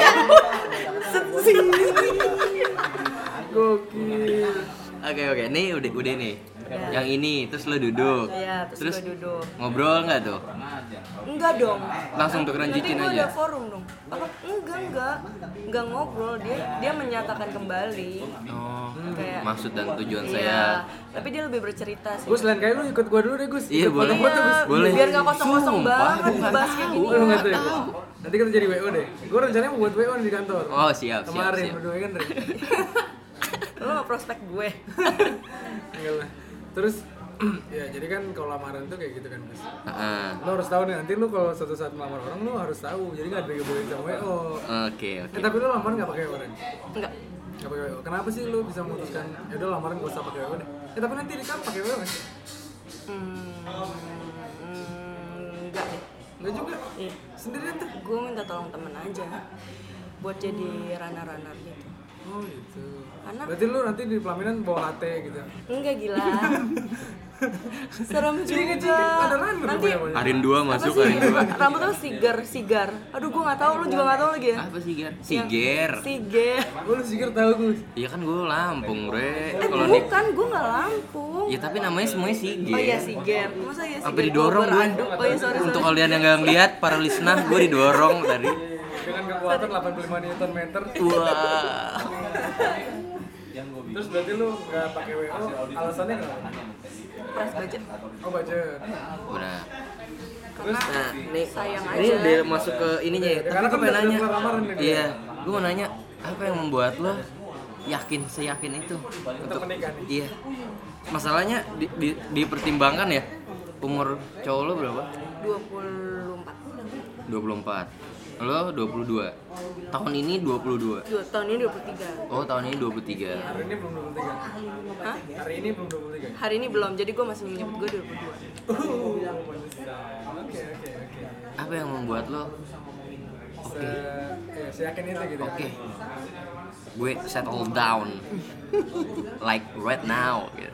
Gokil. Oke oke, nih udah udah nih. Ya. Yang ini terus lu duduk. Iya, terus, gue duduk. Ngobrol nggak tuh? Enggak dong. Langsung tukeran Nanti cincin gue aja. ada forum dong. Apa? Enggak enggak, enggak ngobrol dia dia menyatakan kembali. Oh, Kayak maksud dan tujuan iya, saya. tapi dia lebih bercerita sih. Gus lain kali lu ikut gua dulu deh Gus. Iya, Ikut boleh. foto-foto, Gus. Iya, Boleh. biar nggak kosong-kosong Sumpah, banget gua bahas kayak gini. Oh, lu nggak tahu ya? Nanti kita jadi W O deh. Gua rencananya mau buat W O nih di kantor. Oh siap siap Kemarin siap. berdua kan Rin. Lu nggak prospek gue. Enggak lah. Terus ya jadi kan kalau lamaran tuh kayak gitu kan Gus. Heeh. Lo harus tahu nih nanti lu kalau suatu saat melamar orang lu harus tahu. Jadi nggak dibolehin sama W O. Oke oke. Eh, tapi lu lamaran nggak pakai W O Rin? Enggak. Nggak pakai W O. Kenapa sih lu bisa memutuskan ya udah lamaran gak usah pakai W O deh? Eh tapi nanti di kamp pakai W O kan? Hmm, hmm, enggak deh. Enggak juga. Iya. Sendirian tuh. Gue minta tolong temen aja buat jadi runner-runner gitu. Oh gitu. Karena- Berarti lu nanti di pelaminan bawa latte gitu. Enggak gila. Serem Jadi juga. ada runner Nanti namanya. Arin dua apa masuk sih? Arin dua. Rambut tuh sigar, sigar. Aduh, gue nggak tahu, lu juga nggak tahu lagi ya. Apa sih Ger? Yang- Siger. Siger. Gue lu sikir tahu Gus. Iya kan gue Lampung bre. Eh, Kalau nih. bukan, gue nggak Lampung. Ya tapi namanya semuanya Siger. Oh iya, siger. Masa ya Sampai siger? didorong Gua gue. beraduk. Oh iya, sorry, Untuk sorry. kalian yang nggak ngeliat, para listener gue didorong tadi. Dengan kekuatan delapan puluh lima newton meter. Wah. Terus berarti lu nggak pakai W O, alasannya kenapa? Press budget. Oh budget. Udah. Karena Nah, nih sayang ini aja. udah masuk ke ininya ya. Ya, Tapi karena gue kan pengen udah nanya. keluar lamaran nih dia. Iya, gue mau nanya apa yang membuat lo yakin seyakin itu untuk menikah nih. Iya. Masalahnya di, di, dipertimbangkan ya umur cowok lo berapa? dua puluh empat. dua puluh empat. Lo dua puluh dua. Tahun ini dua puluh dua. Dua, tahun ini dua puluh tiga. Oh, tahun ini dua puluh tiga. Hari ini belum dua puluh tiga. Hah? Hari ini belum dua puluh tiga. Hari ini belum, jadi gue masih menyebut gue dua puluh dua. Oke, oke, oke. Apa yang membuat lo Se eh, seyakin itu gitu. oke? Gue settle down like right now gitu.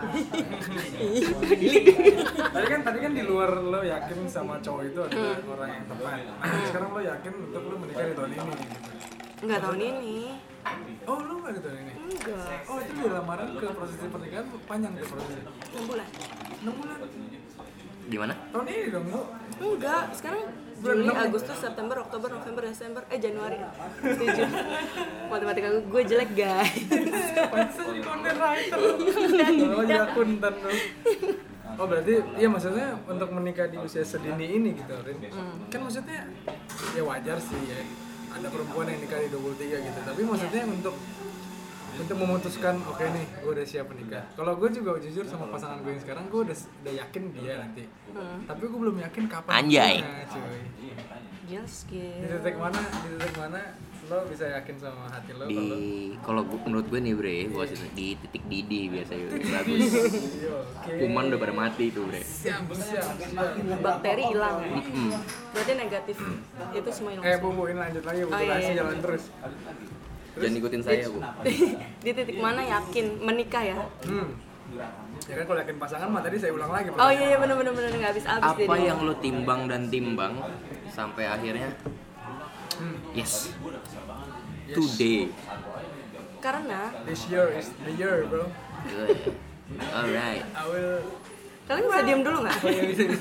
Tadi kan tadi kan di luar lo yakin sama cowok itu adalah orang yang tepat. Nah, sekarang lo yakin untuk lo menikah di tahun ini gitu. Enggak tahun ini. Oh, lo nggak di tahun ini? Enggak. Oh, itu di lamaran ke prosesi pernikahan panjang tuh prosesnya. enam bulan. enam bulan. Di mana? Tahun ini dong, Bu. Enggak, sekarang Juli, Agustus, September, Oktober, November, Desember, eh Januari. Setuju. Matematika gue, gue jelek guys. Pantesan jadi content writer. Kalau jadi akuntan lo. Oh, berarti iya maksudnya untuk menikah di usia sedini ini gitu, Rin. Hmm. Kan maksudnya ya wajar sih ya. Ada perempuan yang nikah di dua puluh tiga gitu. Tapi maksudnya untuk untuk memutuskan oke okay nih, gue udah siap menikah. Kalau gue juga jujur sama pasangan gue yang sekarang, gue udah udah yakin dia nanti. Hmm. Tapi gue belum yakin kapan. Anjay. Nah, cuy. Just Di kidding. titik mana? Di titik mana lo bisa yakin sama hati lo Di kalau kalau gua- menurut gue nih bre, gua kasih di titik didi biasanya bagus. Iya, oke. Kuman udah pada mati tuh bre. Siap, siap, siap. Bakteri hilang. Mm-mm. Berarti negatif. Itu semua hilang. Eh, Bu, Bu, ini lanjut lagi, Bu. Oh, iya, Durasi iya. jalan terus. Jangan ikutin saya bu. Di titik mana yakin menikah ya? Hmm. Ya kan kalau yakin pasangan mah tadi saya ulang lagi. Oh iya iya benar benar benar nggak habis habis Apa yang lo timbang dan timbang sampai akhirnya Hmm. yes, Yes. today. Karena This year is the year, bro. Good. Alright. I will. kalian bisa diam dulu nggak? Oh, iya, bisa, bisa.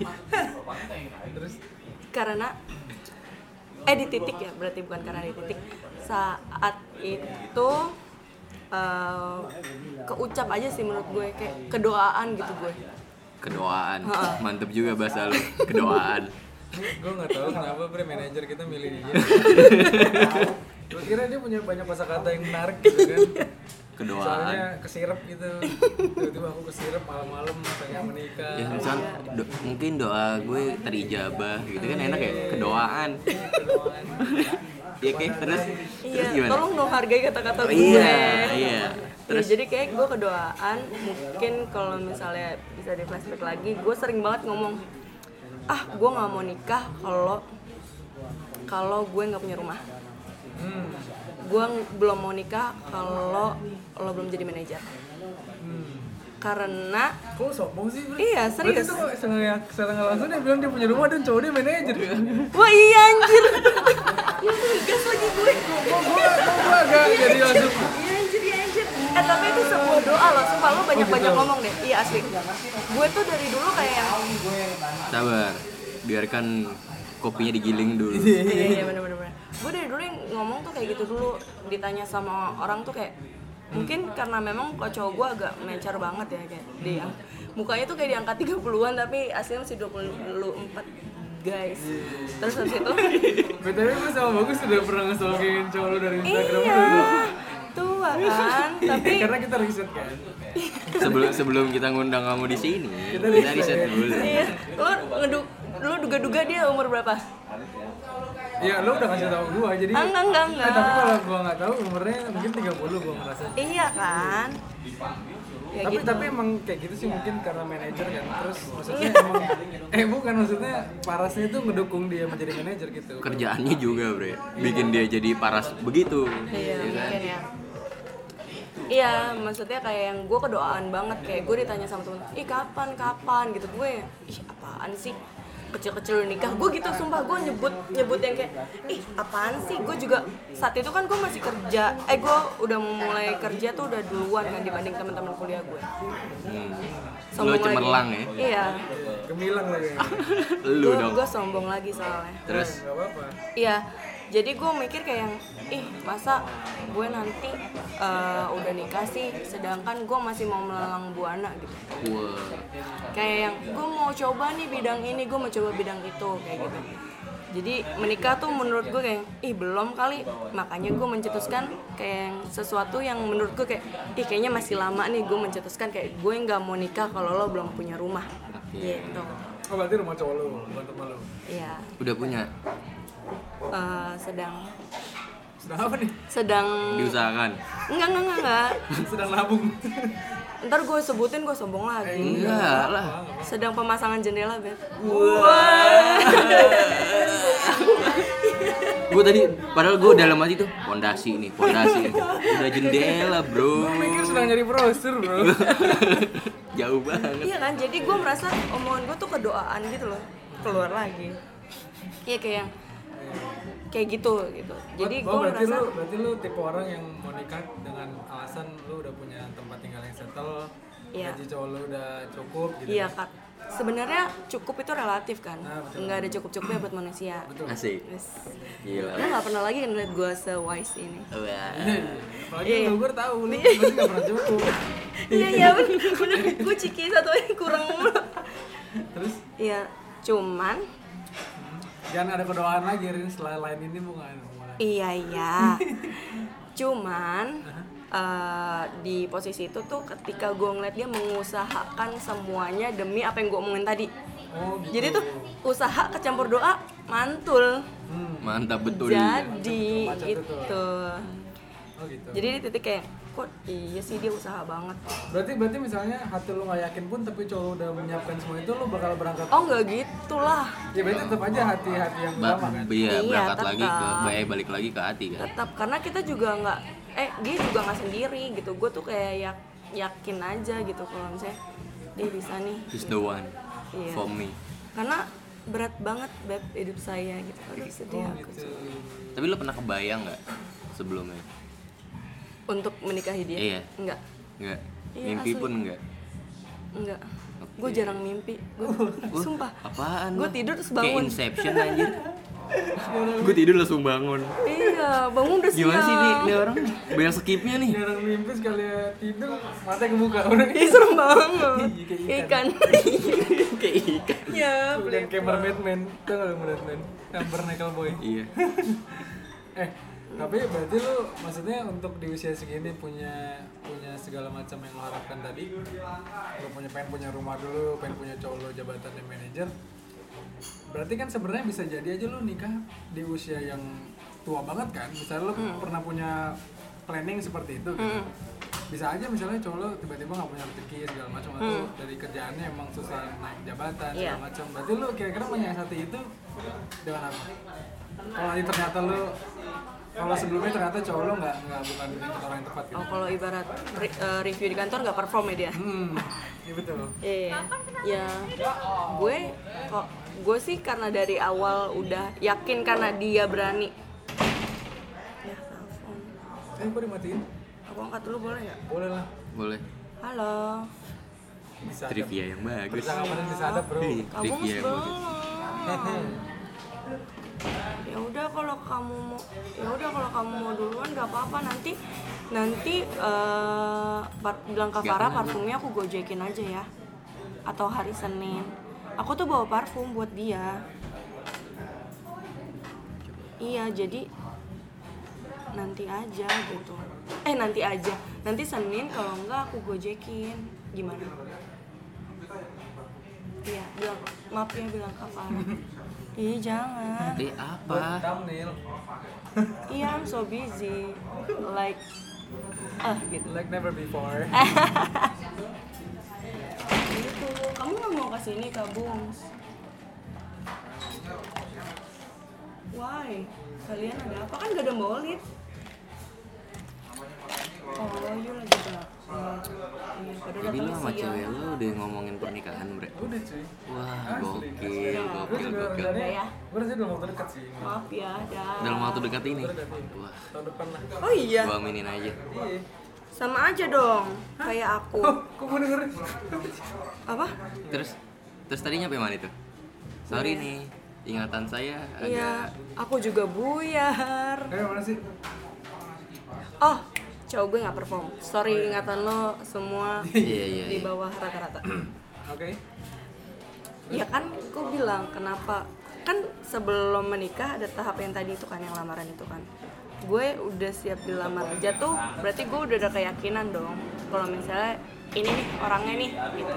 Terus Karena eh di titik ya berarti bukan karena di titik saat itu eh, keucap aja sih menurut gue kayak kedoaan gitu gue. Kedoaan. Ha-ha. Mantep juga bahasa lo. Kedoaan. gue nggak tahu kenapa bre manajer kita milih dia. Gue kira dia punya banyak kosakata yang menarik gitu kan. Kedoaan. Soalnya kesirep gitu. Tiba-tiba aku kesirep malam-malam pengen menikah. Ya misal do- mungkin doa gue terijabah gitu kan enak ya. Kedoaan. Iya kayak terus terus Iya, gimana? tolong dong hargai kata-kata Oh, gue. iya, iya. Terus jadi kayak gue kedoaan, mungkin kalau misalnya bisa di flashback lagi, gue sering banget ngomong, ah gue nggak mau nikah kalau kalau gue nggak punya rumah. Hmm. Gue ng- belum mau nikah kalau lo belum jadi manajer. Hmm. Karena Kok sombong sih, Bre? Iya, serius. Berarti tuh kok secara secara nggak langsung dia bilang dia punya rumah dan cowok dia manajer ya? wah iya anjir. Ya gas lagi gue. Kok gua, kok gua agak jadi langsung Iya anjir, iya anjir. Eh tapi itu sebuah doa loh, sumpah lo banyak-banyak gitu. ngomong deh. Iya asli. Gue tuh dari dulu kayak yang Sabar. Biarkan kopinya digiling dulu. iya iya bener-bener. Gue dari dulu yang ngomong tuh kayak gitu dulu, ditanya sama orang tuh kayak mungkin karena memang kok cowok gue agak mencar banget ya kayak dia yang mukanya tuh kayak di angka tiga puluhan tapi aslinya masih dua puluh empat guys. Terus habis itu B T W gue sama Bagus sudah pernah nge-stalkingin cowok lu dari Instagram iya lu. tua kan tapi Karena kita riset kan. Sebelum sebelum kita ngundang kamu di sini, Kita kita riset. riset dulu. iya lo ngeduk lo duga-duga dia umur berapa? Ya lu udah kasih tahu gua jadi. Ah, enggak, enggak, enggak. Eh, tapi kalau gua nggak tahu umurnya mungkin tiga puluh gua ngerasa. Iya kan ya tapi gitu. tapi emang kayak gitu sih mungkin karena manajer kan. Terus maksudnya emang eh bukan maksudnya parasnya itu ngedukung dia menjadi manajer gitu. Kerjaannya juga, Bre. Bikin dia jadi paras begitu. Iya, ya kan? mungkin ya. Iya, maksudnya kayak yang gue kedoaan banget kayak gue ditanya sama temen, ih kapan kapan gitu gue, ih apaan sih kecil-kecil nikah gue gitu sumpah gue nyebut nyebut yang kayak ih apaan sih gue juga saat itu kan gue masih kerja eh gue udah mulai kerja tuh udah duluan kan dibanding teman-teman kuliah gue. Hmm. Sombong Lo cemerlang lagi. ya. Iya. Gemilang lagi. Lu Gue dong. gue sombong lagi soalnya. Terus Enggak apa-apa. Iya, jadi gue mikir kayak yang, ih masa gue nanti eh, udah nikah sih, sedangkan gue masih mau melalang buana gitu. wah. Kayak yang, gue mau coba nih bidang ini, gue mau coba bidang itu, kayak gitu. Jadi menikah tuh menurut gue kayak, ih belum kali, makanya gue mencetuskan kayak yang sesuatu yang menurut gue kayak, ih kayaknya masih lama nih gue mencetuskan kayak gue nggak mau nikah kalau lo belum punya rumah, Oke. gitu. Oh berarti rumah cowok lu, bukan rumah lu. Iya. Udah punya? Eh, sedang Sedang apa nih? sedang Diusahakan? enggak enggak enggak enggak. Sedang nabung. Ntar gue sebutin gue sombong lagi. Enggak lah. Sedang pemasangan jendela, Beb. Gue tadi, padahal gue dalam hati tuh pondasi nih, pondasi nih. Udah jendela bro. Gue mikir sedang nyari brosur bro. Jauh banget. Iya kan, jadi gue merasa omongan gue tuh kedoaan gitu loh, keluar lagi. Iya kayak yang kayak gitu gitu. Jadi Oh, gue berarti merasa lu, berarti lu tipe orang yang mau nikah dengan alasan lu udah punya tempat tinggal yang settle, Iya. gaji cowok lu udah cukup gitu. iya kak. Sebenarnya cukup itu relatif kan, Nah, betul. nggak ada cukup-cukupnya buat manusia. Asik. Yes. Gila. Lo nggak pernah lagi ngeliat gue se-wise ini. Wah. Apalagi Iya. lu gue tahu lu pasti gak pernah cukup. Iya iya bener, bener. Gue ciki satu aja kurang mulu. Terus Iya, cuman jangan ada kedoaan lagi Rin, setelah lain ini bukan. iya iya. Cuman eh, di posisi itu tuh ketika gue ngeliat dia mengusahakan semuanya demi apa yang gue omongin tadi. Oh gitu. Jadi tuh usaha kecampur doa mantul. Hmm. Mantap betul. Jadi Macet itu. tuh. Oh gitu. Jadi di titik kayak kok iya sih dia usaha banget. Berarti berarti misalnya hati lu nggak yakin pun tapi cowok lu udah menyiapkan semua itu lu bakal berangkat. Oh nggak gitulah. Ya berarti tetap aja hati-hati yang Ba- pertama kan. iya, Iya, berangkat lagi ke, tetap. eh, balik lagi ke hati kan. Tetap karena kita juga nggak eh dia juga nggak sendiri gitu. Gue tuh kayak yak, yakin aja gitu kalau misalnya dia bisa nih. He's gitu. the one Iya. for me. Karena berat banget beb hidup saya gitu. Aduh sedih Oh aku. gitu. Tapi lo pernah kebayang nggak sebelumnya? Untuk menikahi dia? Iya. Enggak. Nggak. Iya, Mimpi asli. pun nggak. Enggak. Oke. Gue jarang mimpi. Gue Wah, sumpah. Apaan? Gue lo? tidur terus Kayak bangun. Inception anjir. Gue tidur langsung bangun. Iya, bangun udah siap. Gimana sih nih, nih orang banyak skipnya nih. Jarang mimpi sekali tidur mata kebuka udah. Ih, serem banget. Iya, kayak ikan. Ikan. Kayak ikan. Ya, Dan kayak mermaid man, tau gak lu mermaid man? Amber Nickel Boy. Iya. Eh, tapi berarti lu maksudnya untuk di usia segini punya punya segala macam yang lo harapkan tadi, lu punya pengen punya rumah dulu, pengen punya cowok lo jabatannya manajer. Berarti kan sebenarnya bisa jadi aja lu nikah di usia yang tua banget kan? Misalnya lu pernah punya planning seperti itu gitu. Hmm. Bisa aja misalnya cowok lo tiba-tiba nggak punya rezeki segala macam atau dari kerjaannya emang susah naik jabatan segala Iya. macam. Berarti lu kira-kira menyiasati itu dengan apa? Kalau nanti ternyata lu kalau sebelumnya ternyata cowok lo nggak nggak bukan orang yang tepat gitu. Oh, kalau ibarat re- eh, review di kantor nggak perform ya dia? Hmm, iya betul. Iya, ya gue kok gue sih karena dari awal udah yakin karena dia berani. Ya, telepon. Eh, kok dimatiin? Aku angkat dulu boleh nggak? Boleh lah. Boleh. Halo. Bisa. Trivia yang bagus. Percakapan disadap bro. Iya, Kamu trivia yang bagus. belum. Ya udah kalau kamu mau, ya udah kalau kamu mau duluan nggak apa-apa nanti nanti eh, par- bilang ke Nggak Farah apa-apa. parfumnya aku gojekin aja ya. Atau hari Senin. Aku tuh bawa parfum buat dia. Iya jadi nanti aja gitu. Eh nanti aja. Nanti Senin kalau enggak aku gojekin. Gimana? Iya, bilang maaf ya bilang ke Farah. Ih jangan. Eh apa? Thumbnail. Iya, I'm so busy. Like, ah gitu. Like never before. Gitu. Kamu nggak mau kesini Kak Bungs? Why? Kalian ada apa? Kan gak ada maulid. Oh, you lagi gak? Iya, padahal Jadi lo datangnya sama siang. cewek lo udah ngomongin pernikahan, Bre? Udah cuy. Wah, Asli. gokil, Ya, Gue gokil, juga gokil. rencananya, Ya. gue rasanya dalam waktu dekat sih. Maaf ya, dah. Dalam waktu dekat ini? Waktu dekat ini. Wah, Tahun depan lah. Oh iya, gua aminin aja. Iya. sama aja dong, kayak aku. Oh, kok gue dengerin? Apa? Terus, terus tadi nyampe mana itu? Sorry nih, ingatan saya Iya, agak... aku juga buyar. Eh, mana sih? Oh, cowok gue nggak perform. Sorry, ingatan lo semua Iya, iya, di iya. bawah rata-rata. Oke. Ya kan, gue bilang kenapa? Kan sebelum menikah ada tahap yang tadi itu kan, yang lamaran itu kan. Gue udah siap dilamar kerja tuh, berarti gue udah ada keyakinan dong. Kalau misalnya ini nih orangnya nih gitu.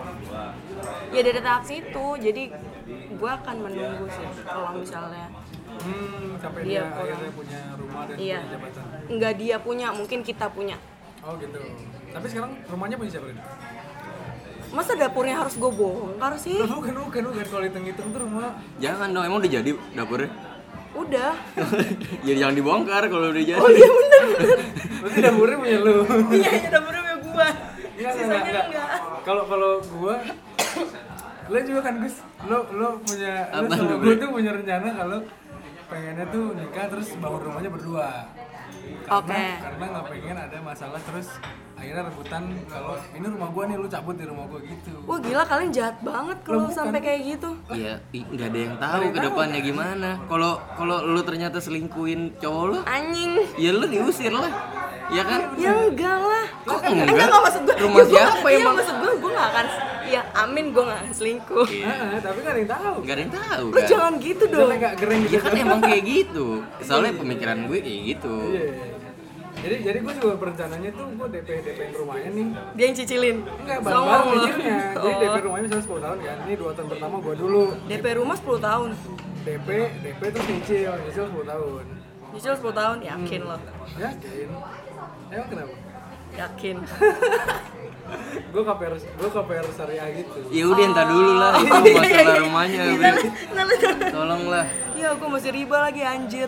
Ya dari tahap situ, jadi gue akan menunggu sih kalau misalnya Hmm, sampai Dia dia, pulang. akhirnya punya rumah dan iya punya jabatan. nggak dia punya, mungkin kita punya. Oh gitu. Tapi sekarang rumahnya punya siapa ini? Masa dapurnya harus gue bongkar sih? Loh, bukan, bukan, bukan. Kalau hitung-hitung tuh rumah. Jangan dong, emang udah jadi dapurnya? Udah. Ya jangan dibongkar kalau udah jadi. Oh iya bener bener. Berarti dapurnya punya lu. Iya iya dapurnya punya gue. Enggak, Sisanya enggak, enggak. Kalau kalau gua lo juga kan Gus, lo lo punya lo Apaan sama tuh, gua Bre? tuh punya rencana kalau pengennya tuh nikah terus bangun rumahnya berdua. Karena, Oke. karena nggak pengen ada masalah terus akhirnya rebutan kalau ini rumah gua nih, lu cabut di rumah gua gitu. Wah gila, kalian jahat banget kalau Loh, bukan. sampai kayak gitu. Iya, ih, nggak ada yang tahu ke depannya gimana. Kalau kalau lu ternyata selingkuhin cowok lu, Anjing. ya lu diusir lah. Ya kan? Ya enggak lah. Kok Enggak, enggak? enggak maksud gue. Rumah siapa Iya emang? maksud gue, gue gak akan. Ya amin gue gak akan selingkuh. Ah, tapi nggak ada yang tahu. Nggak ada yang tahu Lu kan? jangan gitu dong. Soalnya nggak gereng gitu. Ya kan emang kayak gitu. Soalnya pemikiran gue kayak gitu. Iya. Jadi jadi gua juga berencananya tuh gua D P D P rumahnya nih. Dia yang cicilin. Enggak, bareng-bareng Songong. nyicilnya. Jadi D P Oh. rumahnya misalnya sepuluh tahun kan. Ini dua tahun pertama gua dulu. D P rumah sepuluh tahun. D P D P terus nyicil, nyicil sepuluh tahun. Nyicil sepuluh tahun, yakin loh. Yakin? Emang kenapa? Yakin. Gue K P R, gue K P R syariah gitu. Ya udah entar dulu lah, itu masalah rumahnya. Iya, Bre. nah, nah, nah. Tolonglah. Ya gue masih riba lagi anjir.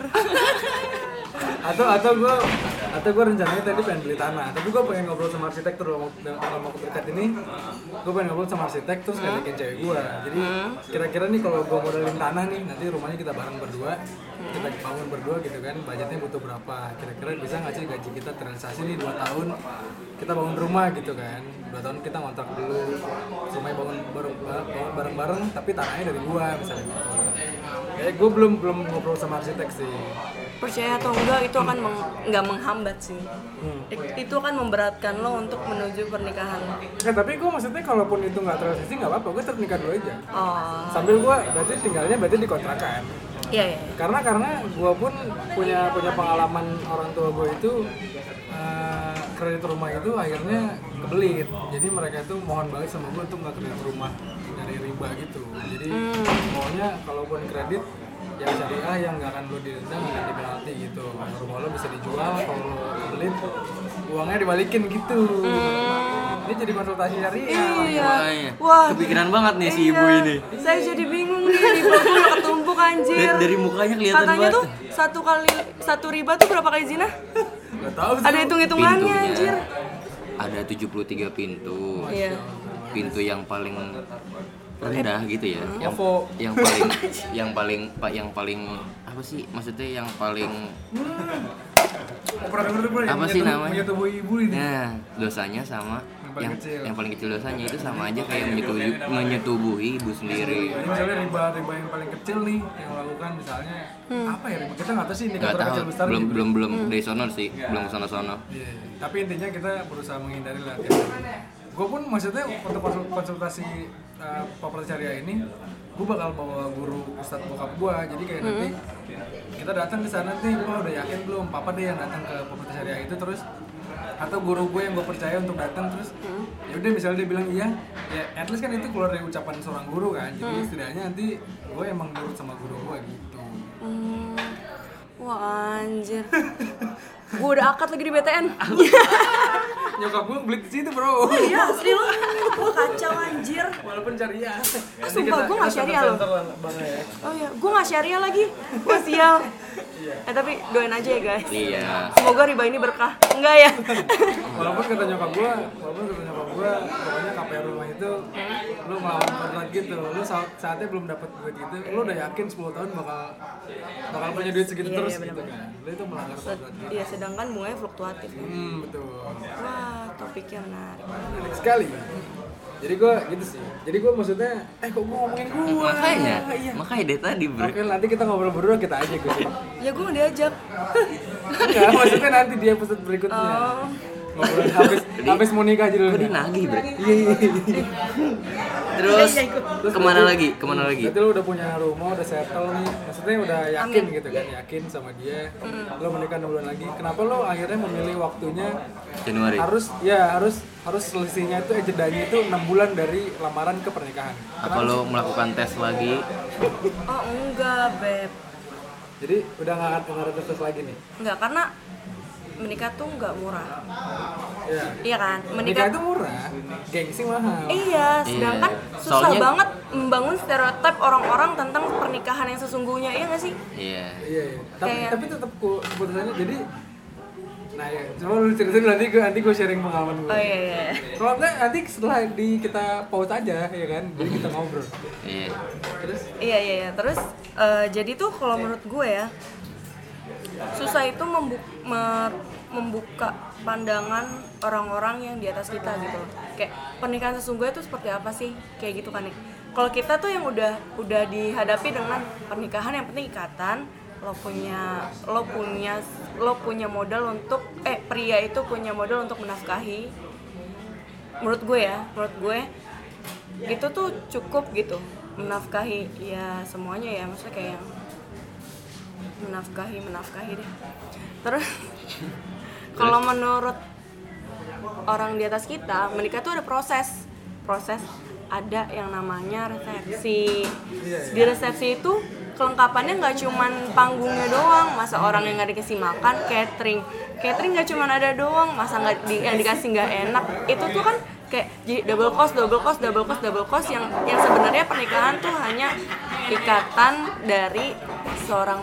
Atau atau gue atau gue rencananya tadi pengen beli tanah, tapi gue pengen ngobrol sama arsitek terus dalam dalam waktu dekat ini. Gue pengen ngobrol sama arsitek terus ngajakin cewek gue. Jadi kira-kira nih kalau gue modalin tanah nih, nanti rumahnya kita bareng berdua, kita bangun berdua gitu kan. Budgetnya butuh berapa? Kira-kira bisa nggak sih gaji kita terrealisasi nih dua tahun? Kita bangun rumah gitu kan. Dua tahun kita ngontrak dulu, rumahnya bangun bareng bangun bareng-bareng, tapi tanahnya dari gue misalnya gitu. Kayak gue belum belum ngobrol sama arsitek sih. Percaya atau enggak itu akan meng, enggak menghambat sih. Hmm. I- Itu akan memberatkan lo untuk menuju pernikahan. Nah, tapi gue maksudnya kalaupun itu nggak terrealisasi nggak apa-apa, gue tetap nikah dulu aja. Oh. Sambil gue berarti tinggalnya berarti di kontrakan. Iya iya. Karena karena gue pun punya punya pengalaman orang tua gue itu eh, kredit rumah itu akhirnya kebelit. Jadi mereka itu mohon banget sama gue untuk nggak kredit rumah dari riba gitu. Jadi maunya kalaupun kredit yang syariah yang nggak akan lo didenda, nggak akan di penalti gitu. Rumah lo bisa dijual, kalau lo kebelit uangnya dibalikin gitu. Ini jadi konsultasi syariah. Iya. Makanya. Wah. Kepikiran banget nih si Iya. ibu ini. Saya jadi bingung nih, riba gue udah ketumpuk anjir. Dari, dari mukanya kelihatan Katanya banget. tuh satu kali satu riba tuh berapa kali zina? Nggak tahu sih. Ada hitung-hitungannya Pintunya. anjir. Ada tujuh puluh tiga pintu. Iya. Pintu yang paling rendah gitu ya. Yang Ovo. yang paling yang paling pak yang paling apa sih? Maksudnya yang paling Pernah denger tuh, bro, yang Apa sih menyetubuh- namanya? menyetubuh ibu ini. nah, dosanya sama Yang paling yang kecil. yang paling kecil dosanya itu sama aja kayak menyetubuhi, menyetubuhi ibu sendiri. Jadi misalnya riba riba yang paling kecil nih yang lakukan misalnya apa ya riba kita nggak tahu sih ini Nggak kantor tahu, kecil besar belum gitu. belum belum dari sono sih, belum sono sono. Iya, tapi intinya kita berusaha menghindari lah. Gue pun maksudnya untuk konsul- konsultasi uh, properti syariah ini, gue bakal bawa guru ustadz bokap gue. Jadi kayak nanti kita datang ke sana nih, gue udah yakin belum? Papa deh yang datang ke properti syariah itu terus atau guru gue yang gue percaya untuk datang terus ya udah misalnya dia bilang iya ya at least kan itu keluar dari ucapan seorang guru kan jadi setidaknya nanti gue emang nurut sama guru gue gitu. Hmm. Wah anjir. Gue udah akad lagi di B T N. Nyokap gue beli di situ bro. Iya asli lo. Gue kacau anjir. Walaupun syariah. Ah, sumpah, gua nggak syariah loh. Bang ya. Oh iya, gue gak syariah lagi. Wah sial. Eh tapi doain aja ya guys. Iya. Semoga riba ini berkah. Enggak ya? Walaupun kata nyokap gue, walaupun kata nyokap gue, pokoknya K P R rumah itu lu ngelawan kontrak gitu, lu saat saatnya belum dapat duit gitu, lu udah yakin sepuluh tahun bakal bakal punya duit segitu Iya, terus iya, gitu benar-benar. kan. Lu itu melanggar Sed- kontrak gitu. Iya sedangkan bunganya fluktuatif. Hmm, betul. Wah topiknya menarik. Menarik sekali. Jadi gue gitu sih. Jadi gue maksudnya, eh kok gue ngomongin gue? Makanya, Iya. makanya dari tadi bro. Oke, nanti kita ngobrol berdua kita aja gue. Ya gue gak diajak. Enggak, maksudnya nanti dia episode berikutnya. Oh. Ngobrol habis habis mau nikah aja dulu. Kok dia nagih bro? Iya iya iya. Terus Iya, ikut. kemana lagi? Kemana lagi? Berarti lu udah punya rumah, udah settle nih. Maksudnya udah yakin Amin. gitu kan, yakin sama dia. Lu menikah enam bulan lagi. Kenapa lu akhirnya memilih waktunya Januari. harus ya harus harus selisihnya itu eh, jedanya itu enam bulan dari lamaran ke pernikahan. Apa lo melakukan tes lagi? Oh enggak, Beb. Jadi udah nggak akan ada tes lagi nih. Enggak, karena menikah tuh nggak murah. Iya. Iya kan? Menikah Menikah itu murah, gengsi mahal. Iya, sedangkan Iya. susah Soalnya- banget membangun stereotip orang-orang tentang pernikahan yang sesungguhnya, iya nggak sih? Iya. Iya, iya. Tapi Kayak- tapi tetap ku keputusannya jadi nah ya, coba lu ceritain nanti gue nanti gue sharing pengalaman gue. Oh iya iya. Kalau enggak nanti setelah di kita pause aja ya kan, jadi kita ngobrol. Iya. Terus Iya iya iya. Terus eh, jadi tuh kalau menurut gue ya susah itu membu- me- membuka pandangan orang-orang yang di atas kita gitu loh. Kayak pernikahan sesungguhnya itu seperti apa sih? Kayak gitu kan ya. Kalau kita tuh yang udah udah dihadapi dengan pernikahan yang penting ikatan, lo punya lo punya lo punya modal untuk eh pria itu punya modal untuk menafkahi. Menurut gue ya, menurut gue itu tuh cukup gitu menafkahi ya semuanya ya, maksudnya kayak yang menafkahi menafkahi deh. Terus kalau menurut orang di atas kita menikah tuh ada proses proses ada yang namanya resepsi. Di resepsi itu kelengkapannya nggak cuman panggungnya doang, masa orang yang nggak dikasih makan, catering catering nggak cuman ada doang, masa nggak di, yang dikasih nggak enak, itu tuh kan kayak jadi double cost double cost double cost double cost yang yang sebenarnya pernikahan tuh hanya ikatan dari seorang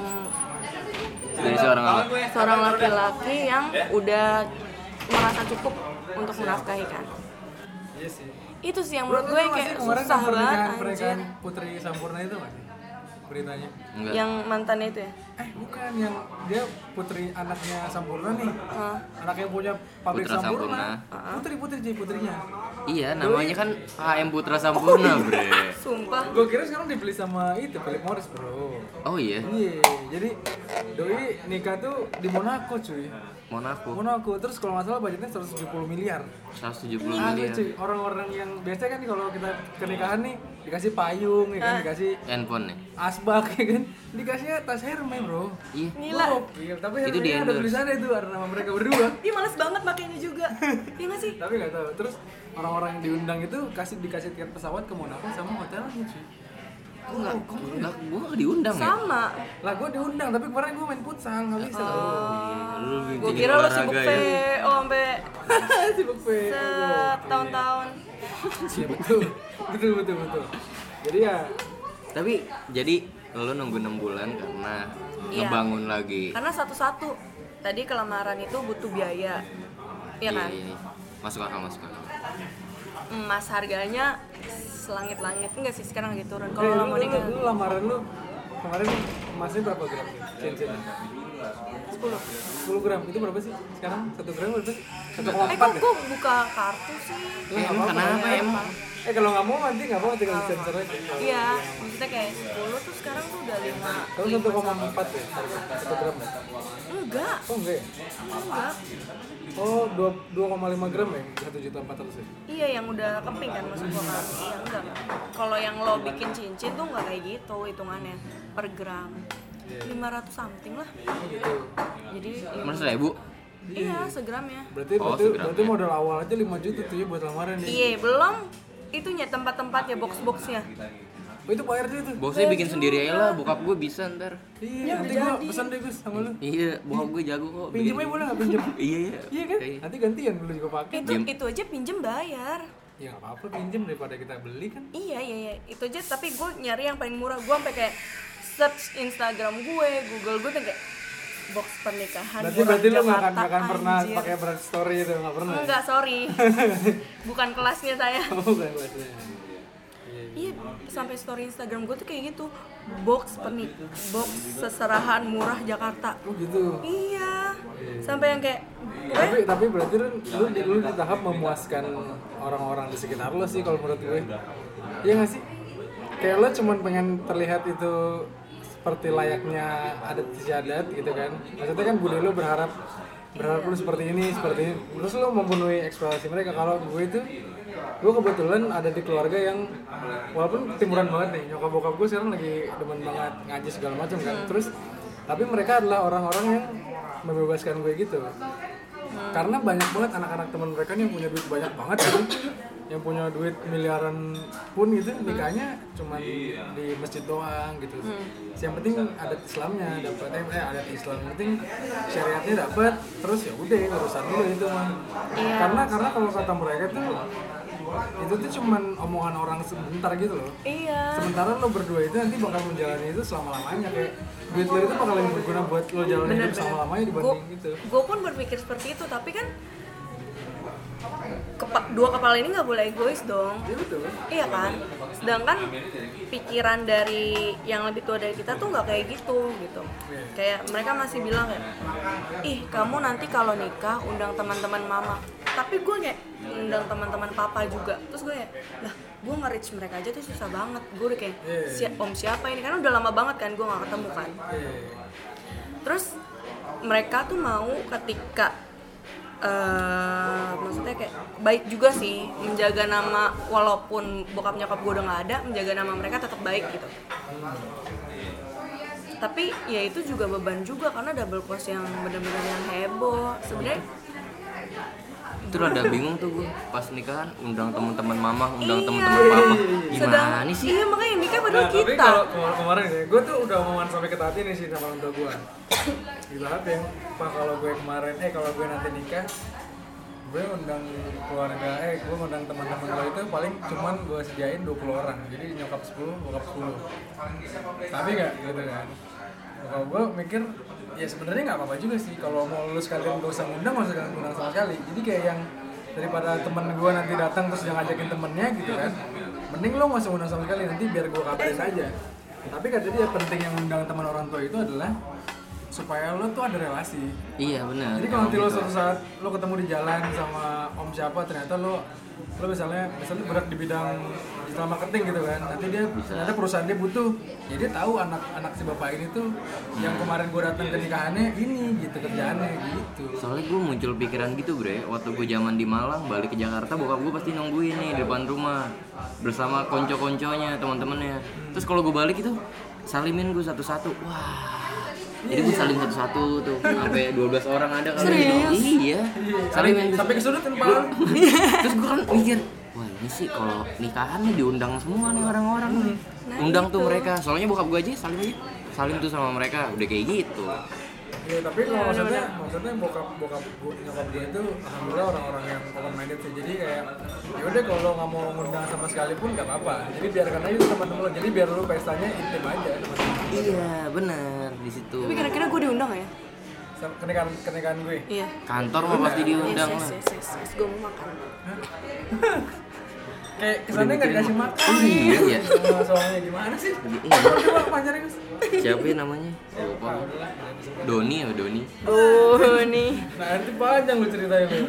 Dari seorang apa? seorang laki-laki yang udah merasa cukup untuk menafkahi kan. iya sih. Itu sih yang menurut Lu gue tau nggak kayak sih kemarin susah kan pernikahan banget anjir. pernikahan Putri Sampurna itu nggak sih beritanya? Enggak. Yang mantannya itu ya? Eh bukan yang dia putri anaknya Sampurna nih, Hah? anaknya punya pabrik Putra Sampurna. Sampurna. Putri putri jadi putrinya. Iya, namanya kan H M Putra Sampurna, Bre. Sumpah. Gue kira sekarang dibeli sama itu Philip Morris bro. Oh iya, Iya, jadi doi nikah tuh di Monaco cuy. Monaco. Monaco, terus kalau nggak salah budgetnya seratus tujuh puluh miliar. seratus tujuh puluh Asli miliar. cuy, orang-orang yang biasa kan kalau kita ke nikahan nih dikasih payung, ya kan, dikasih Handphone nih. asbak, ya kan, dikasihnya tas Hermes bro. Iya. Gila. Gokil, tapi Itu di Hermesnya ada endorse. tulisannya itu ada nama mereka berdua. Ih males banget makainya juga. Iya nggak sih? Tapi nggak tahu. Terus orang-orang yang diundang itu kasih dikasih tiket pesawat ke Monaco sama hotelnya cuy. Kok enggak, kok enggak, gua enggak diundang ya? Sama. Lah gue diundang, tapi kemarin gue main futsal nggak bisa. Lu Gue bikin kira lo olahraga sibuk ya? V O sampai Sibuk pe. setahun-tahun. Iya betul, betul betul betul. Jadi ya Tapi jadi lu nunggu enam bulan karena Iya. ngebangun lagi. Karena satu-satu tadi kelamaran itu butuh biaya. Iya kan? Iya, iya. Masuk akal, masuk akal. Emas harganya selangit-langit enggak sih sekarang lagi turun. eh, Kalau lo lu, mau lu, nikah lu lamaran lu kemarin emasnya berapa gram? Cincinnya sepuluh. sepuluh gram, itu berapa sih? Sekarang satu gram berapa sih? satu koma Eh empat kok ya? gue buka kartu sih? Lah, Emang apa-apa. kenapa emang? Eh kalau nggak mau nanti nggak mau tinggal sensor aja. Iya, maksudnya kayak sepuluh tuh sekarang tuh udah lima. Kamu satu koma empat ya? satu gram ya? Enggak, Oh enggak ya? enggak. Oh dua koma lima gram ya? satu juta empat ratus ya? Iya yang udah keping kan maksud gua kan. Ya enggak. Kalau yang lo bikin cincin tuh enggak kayak gitu hitungannya per gram. lima ratus something lah. Oh gitu. Jadi Mas ribu? iya segramnya. Berarti Oh, berarti, segram berarti ya. modal awal aja lima juta tuh ya buat lamaran nih. Iya, belum itunya tempat-tempatnya box-boxnya. Oh itu bayar deh tuh. Bosnya bikin sendiri aja lah, bokap gue bisa ntar. Iya, nanti gua pesan deh Gus sama lu. Iya, bokap gue jago kok. Pinjem aja boleh nggak pinjem? Iya, iya. Iya kan? Iya. Nanti gantian dulu juga pakai. Itu Diem. itu aja pinjem bayar. Ya nggak apa-apa pinjem daripada kita beli kan. Iya iya iya itu aja tapi gue nyari yang paling murah. Gue sampai kayak search Instagram gue, Google gue tuh kayak box pernikahan. Berarti murah berarti lu nggak akan Jakarta, nggak akan pernah anjir. pakai brand story itu nggak pernah. ya? Enggak, sorry. Bukan kelasnya saya. Oh bukan kelasnya. Iya, sampai story Instagram gue tuh kayak gitu. Box pernik, box seserahan murah Jakarta. Oh gitu. Iya. Sampai yang kayak Tapi gue tapi berarti lu lu di, lu di tahap memuaskan orang-orang di sekitar lo sih kalau menurut gue. Iya nggak sih? Kayak lo cuman pengen terlihat itu seperti layaknya adat istiadat gitu kan. Maksudnya kan bude lo berharap berharap lu seperti ini seperti ini terus lu memenuhi ekspektasi mereka. Kalau gue itu gue kebetulan ada di keluarga yang walaupun timuran banget nih, nyokap bokap gue sekarang lagi demen banget ngaji segala macam kan, terus tapi mereka adalah orang-orang yang membebaskan gue gitu. Karena banyak banget anak-anak teman mereka nih yang punya duit banyak banget gitu, yang punya duit miliaran pun gitu nikahnya cuma di, di masjid doang gitu. Yang penting adat Islamnya dapat, eh adat Islam yang penting syariatnya dapat, terus ya udah urusan dulu itu mah. Iya. Karena karena kalau kata mereka tuh itu tuh cuman omongan orang sebentar gitu loh. Iya. Sementara lo berdua itu nanti bakal menjalani itu selama-lamanya, kayak duit lo itu bakal lebih berguna buat lo jalanin hidup selama-lamanya dibanding gitu. Gue pun berpikir seperti itu, tapi kan kepa- dua kepala ini nggak boleh egois dong. Iya betul. Iya kan? Sedangkan pikiran dari yang lebih tua dari kita tuh nggak kayak gitu gitu. Kayak mereka masih bilang kayak, ih kamu nanti kalau nikah undang teman-teman mama. Tapi gue kayak undang teman-teman papa juga. Terus gue kayak, lah gue nge-reach mereka aja tuh susah banget. Gue udah kayak, si- om siapa ini? Karena udah lama banget kan gue nggak ketemu kan. Terus mereka tuh mau ketika Uh, maksudnya kayak baik juga sih menjaga nama, walaupun bokap nyokap gue udah nggak ada, menjaga nama mereka tetap baik gitu. Tapi ya itu juga beban juga karena double cost yang benar-benar yang heboh sebenarnya. Itu rada bingung tuh gue pas nikahan undang teman-teman mama, undang Iya. teman-teman papa. Sedang, Gimana sih? iya makanya nikah padahal Nah, tapi kita. kalau kemar- kemarin ya, gue tuh udah omongan sampai ke tahap ini sih sama orang tua gue. Di tahap yang, Pak kalau gue kemarin, eh kalau gue nanti nikah, gue undang keluarga, eh gue undang teman-teman gue itu paling cuman gue sediain dua puluh orang. Jadi nyokap sepuluh, bokap sepuluh. Tapi nggak gitu kan. Kalau gue mikir, ya sebenarnya nggak apa-apa juga sih. Kalau mau lu sekalian gak usah ngundang, gak usah ngundang sama sekali. Jadi kayak yang daripada temen gue nanti datang terus dia ngajakin temennya gitu kan, mending lo nggak usah undang sama sekali, nanti biar gue kabarin aja. Tapi kata dia penting yang undang teman orang tua itu adalah supaya lo tuh ada relasi. Iya benar. Jadi kalau nanti lo suatu saat lo ketemu di jalan sama om siapa, ternyata lo lo misalnya misalnya berat di bidang digital marketing gitu kan, nanti dia ternyata perusahaan dia butuh, ya dia tahu anak-anak si bapak ini tuh yang kemarin gue datang ke nikahannya ini gitu kerjaannya gitu. Soalnya gue muncul pikiran gitu bre, waktu gue zaman di Malang balik ke Jakarta, bokap gue pasti nungguin nih di depan rumah bersama konco-konconya, teman-temannya. Terus kalau gue balik itu salimin gue satu-satu, wah. Jadi gue salim satu-satu tuh, sampai dua belas orang ada kan. Serius? Iya. Salimin Sampai ke sudut kan Pak. Terus gue kan mikir, wah ini sih kalau nikahan nih diundang semua nih orang-orang nih. Nah, Undang tuh itu. mereka, soalnya bokap gue aja salim aja. Salim tuh sama mereka, udah kayak gitu. Iya, tapi kalau maksudnya maksudnya bokap bokap gua, nyokap gue itu alhamdulillah orang-orang yang open minded sih. Jadi kayak ya udah kalau nggak mau ngundang sama sekali pun nggak apa-apa. Jadi biarkan aja teman-teman lo. Jadi biar lu pestanya intim aja teman-teman. Iya, benar di situ. Tapi kira-kira gue diundang nggak ya? Sama Kenikahan kenikahan gue. Iya. Kantor mah pasti diundang Yes, lah. yes, yes, yes, yes. Gue mau makan. Kayak kesannya nggak dikasih makan. Iya, iya. Sama suaminya gimana sih? Iya. Coba pacarin Gus. Siapa ya namanya? Lupa. Doni ya, Doni. Oh nih. Nah, nanti panjang lu ceritain lu.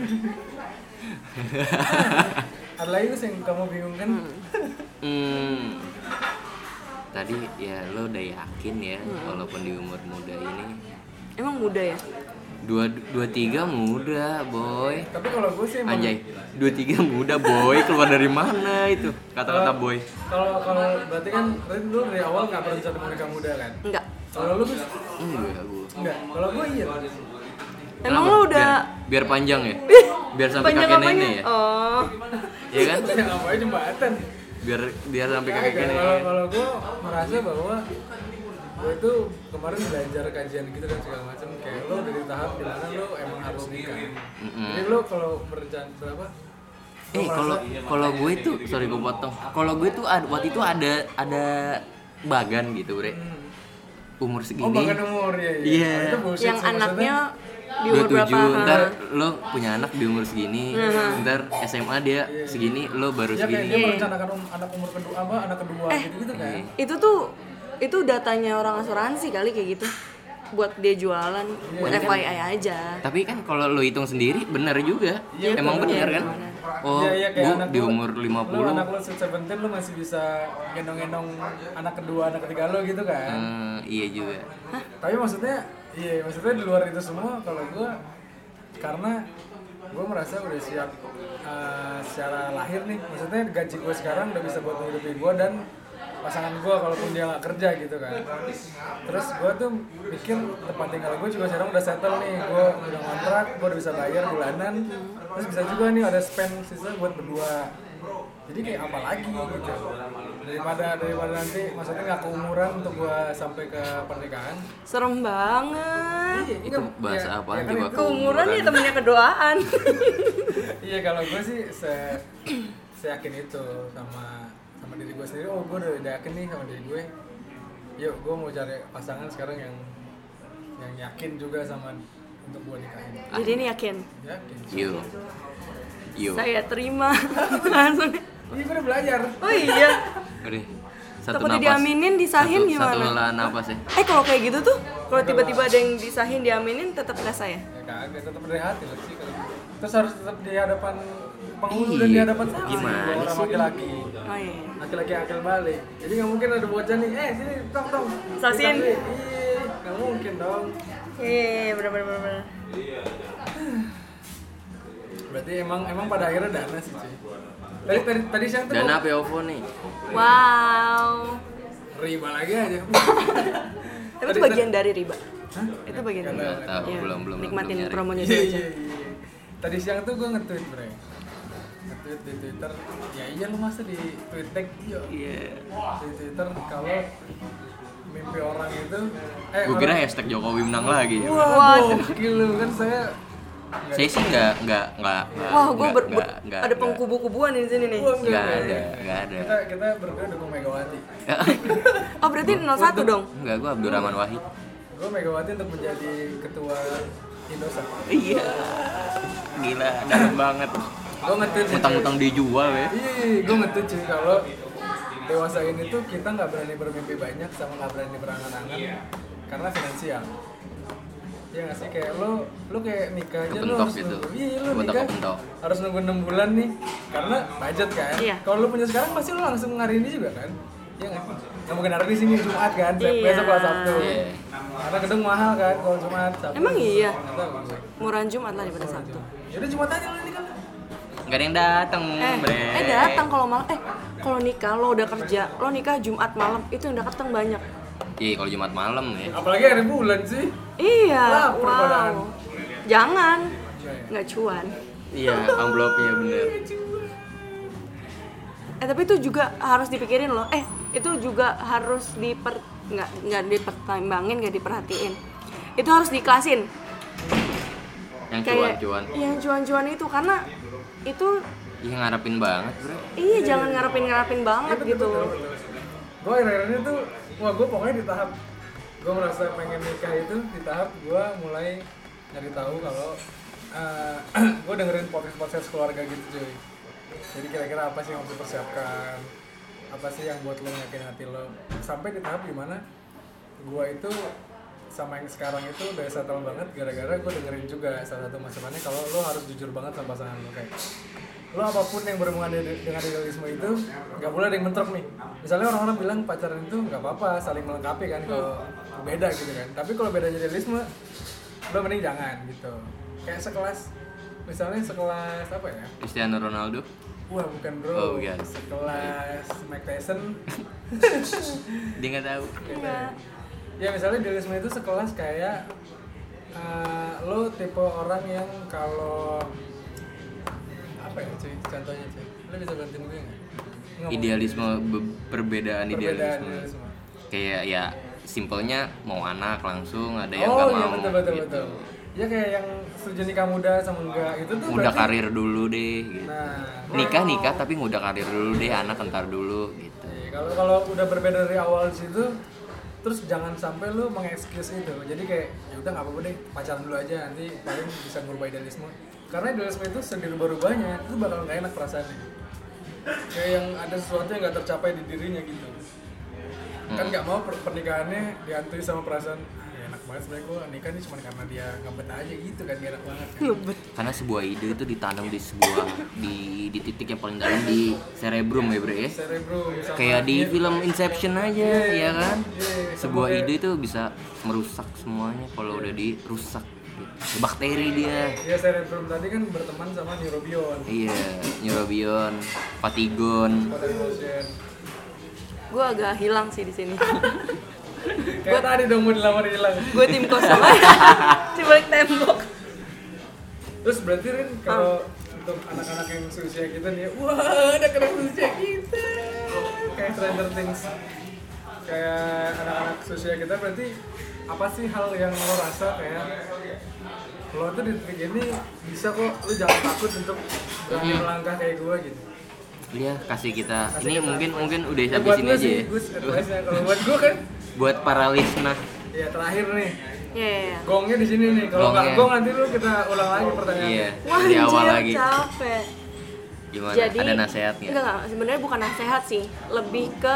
Ada lagi Gus yang kamu bingung kan? Hmm. Tadi ya lo udah yakin ya, walaupun di umur muda ini Emang muda ya? dua dua tiga muda boy. Tapi kalau gue sih emang- Anjay, dua tiga muda boy, keluar dari mana itu kata-kata boy? Kalau kalau berarti kan berarti dulu dari awal nggak berencana mau nikah muda kan? Enggak. Kalau lu Gus? Enggak gue. Enggak. Kalau gue iya. Emang lo udah biar, biar panjang ya? Biar sampai panjang kakek apanya? nenek ya? Oh. Iya kan? Yang ngapain jembatan? Biar biar sampai kakek Kagak. nenek. Kalau kalau gue merasa bahwa gue itu kemarin belajar kajian gitu kan segala macam, kayak lo dari tahap dimana lo emang harus nikah. Mm-mm. Jadi lo kalau berencana berapa? lo Eh kalau merasa- kalau gue tuh sorry gue potong. Kalau gue tuh ada, waktu itu ada ada bagan gitu bre. Umur segini. Oh bahkan umur ya. Iya. Oh, itu bullshit Yang sih, maksudnya. anaknya di dua umur puluh berapa? tujuh, ntar Ha? lo punya anak di umur segini, ntar S M A dia segini, lo baru Ya kayak segini. dia merencanakan um, anak umur kedua apa anak kedua Eh. gitu gitu kan. Itu tuh itu datanya orang asuransi kali kayak gitu. Buat dia jualan, buat F Y I aja. Tapi kan kalau lo hitung sendiri benar juga, Iya, emang betul. benar kan? Iya, Oh, Iya, iya, kayak bu anak di lu- umur lima Lo puluh, anak lo sweet seventeen lo masih bisa gendong-gendong anak kedua anak ketiga lo gitu kan. eh, iya juga. Tapi maksudnya iya maksudnya di luar itu semua kalau gue karena gue merasa udah siap uh, secara lahir nih, maksudnya gaji gue sekarang udah bisa buat menghidupi gue dan pasangan gue kalaupun dia nggak kerja gitu kan. Terus gue tuh mikir tempat tinggal gue juga sekarang udah settle nih, gue udah kontrak, gue udah bisa bayar bulanan, terus bisa juga nih ada spend sisa buat berdua. Jadi kayak apa lagi gitu, daripada daripada nanti maksudnya nggak keumuran untuk gue sampai ke pernikahan. Serem banget. Iya, Itu bahasa ya, apaan ya kan coba? itu- Keumuran ya temennya kedoaan. Iya kalau gue sih se seyakin itu sama sama diri gue sendiri. Oh gue udah, udah yakin nih sama diri gue. Yuk gue mau cari pasangan sekarang yang yang yakin juga sama untuk gue nikahin. Jadi ini yakin. Yakin. Yo. Yo. Saya terima langsung. Iya gue udah belajar. Oh iya. Udah. Satu Takutnya napas. diaminin, disahin satu, gimana? Satu helaan napas ya. Eh kalau kayak gitu tuh, kalau tiba-tiba ada yang disahin diaminin tetap nggak saya. Ya kagak, tetap dari hati lah sih kalau gitu. Terus harus tetap di hadapan penghulu dan Iya, di hadapan saksi. gimana Orang sih? laki-laki. Oh iya. Laki-laki akil balik. Jadi nggak mungkin ada bocah nih. Eh sini tong tong. Saksiin. Iya nggak mungkin dong. Iya, benar-benar benar. Berarti emang emang pada akhirnya dana sih cuy. Tadi tadi tadi siang tuh Dan gua- apa ya OVO nih? Wow. riba lagi aja. Tapi itu bagian dari riba. Hah? Itu bagian dari Nggak riba. tahu, Iya, belum belum Nikmatin belum nyari. promonya Iya dulu iya aja. iya. Tadi siang tuh gue nge-tweet bre. Nge-tweet di Twitter. Ya iya lu masa di tweet tag iya. Iya. Di Twitter kalau mimpi orang itu eh Gue kira hashtag Jokowi menang lagi. wah gokil lu kan saya Saya sih nggak nggak nggak. Wah, gue nggak- ber, ber- nggak- nggak- ada nggak. pengkubu-kubuan di sini nih. Wah, Nggak ada, nggak ada. Kita kita berdua dukung Megawati. Oh berarti nol satu dong. Enggak, gue Abdurrahman Wahid. Gue Megawati untuk menjadi ketua Indosat. Iya. Gila, dalam banget. Gue nge-tweet sih, Utang-utang dijual ya. Iya, gue nge-tweet cuy kalau dewasa ini tuh kita nggak berani bermimpi banyak sama nggak berani berangan-angan karena finansial. Iya nggak sih, kayak lo lo kayak nikah aja lo Kepentok harus gitu. nunggu, iya lo Buat nikah kepentok. harus nunggu enam bulan nih karena budget kan. Iya. Kalau lo punya sekarang pasti lo langsung hari ini juga kan. Iya nggak sih? Nggak mungkin hari ini sini Jumat kan, Iya. besok kalau Sabtu. Iya. Karena gedung mahal kan kalau Jumat Sabtu. Emang iya? Nggak tahu gue. Murahan Jumat lah daripada Sabtu. Yaudah Jumat aja lo nikah. Nggak ada yang datang, Eh, bre. eh datang kalau malam eh kalau nikah lo udah kerja, lo nikah Jumat malam itu yang datang banyak. Iya, kalau Jumat malam ya. Apalagi hari bulan sih. Iya, Lapar padahal. wow. Jangan, Iya, iya. nggak cuan. Iya, amplopnya bener. Eh tapi itu juga harus dipikirin loh. Eh itu juga harus diper nggak nggak dipertimbangin, nggak diperhatiin. Itu harus diklasin. Yang Kayak cuan-cuan. yang cuan-cuan itu karena itu Iya, ngarepin banget, bre. iya jangan ngarepin-ngarepin banget gitu. Gue akhir-akhir ini tuh, wah gue pokoknya di tahap gue merasa pengen nikah itu di tahap gue mulai nyari tahu kalau uh, gue dengerin podcast-podcast keluarga gitu cuy. Jadi kira-kira apa sih yang harus dipersiapkan, apa sih yang buat lo nyakin hati lo, sampai di tahap dimana gue itu sama yang sekarang itu udah settle banget gara-gara gue dengerin juga salah satu masukannya kalau lo harus jujur banget sama pasangan lo, kayak lo apapun yang berhubungan de- dengan idealisme itu nggak boleh ada yang mentok nih. Misalnya orang-orang bilang pacaran itu nggak apa-apa, saling melengkapi kan kalau beda gitu kan, tapi kalau beda idealisme lo mending jangan gitu. Kayak sekelas, misalnya sekelas apa ya, Cristiano Ronaldo. wah bukan bro, Oh, bukan. sekelas Mike Tyson. Dia nggak tahu. Enggak. Ya misalnya idealisme itu sekelas kayak uh, lo tipe orang yang kalau apa ya cuy, contohnya cuy, lo bisa bantuin gue nggak? Ngomong. Idealisme be- perbedaan, Perbedaan idealisme. idealisme. Kayak ya simpelnya mau anak langsung, ada yang Oh nggak iya mau. betul betul gitu. betul. Ya kayak yang setuju nikah muda sama enggak itu tuh Udah berarti- karir dulu deh gitu. Nah, Nikah nikah tapi ngudah karir dulu deh, anak entar dulu gitu. iya, kalau kalau udah berbeda dari awal di situ, terus jangan sampai lu mengexcuse itu. Jadi kayak ya udah nggak apa-apa deh, pacaran dulu aja, nanti paling bisa ngubah idealisme. Karena idealisme itu sendiri berubahnya, itu bakal nggak enak perasaannya. Kayak yang ada sesuatu yang nggak tercapai di dirinya gitu. Kan nggak mau per- pernikahannya dihantui sama perasaan ah, ya enak banget sebenarnya gue nikah nih cuma karena dia ngebet aja gitu kan, gak enak banget kan. Ngebet. Karena sebuah ide itu ditanam di sebuah di di titik yang paling dalam di cerebrum ya bro ya. Cerebrum sama Kayak di iya, film Inception aja ya kan. iya, sama Sebuah kayak- ide itu bisa merusak semuanya kalau udah dirusak. Bakteri dia. Iya, cerebrum tadi kan berteman sama neurobion. Iya, neurobion, fatigon. Emotion. Gue agak hilang sih di sini. Kayak tadi dong mau dilamar hilang. Gue tim kosong aja di balik tembok. Terus berarti kan kalau untuk anak-anak yang seusia kita nih, wah ada anak seusia kita. Kayak Stranger Things. Kayak anak-anak seusia kita berarti apa sih hal yang lo rasa kayak lo tuh di titik ini bisa kok, lo jangan takut untuk berani Hmm. melangkah kayak gue gitu. Iya, kasih kita. Kasih Ini kita. mungkin mungkin udah Ya, sampai buat sini gue aja sih, ya. Gus, advice-nya. Kalau buat gue kan, Buat para listener. ya terakhir nih, Iya, iya, iya. gongnya di sini nih. Kalau nggak Gongnya. gong nanti lu kita ulang lagi pertanyaannya. Iya, Wah, dari awal anjir, lagi. capek. Gimana? Jadi Ada nasihatnya? Enggak, enggak. Sebenarnya bukan nasihat sih, lebih ke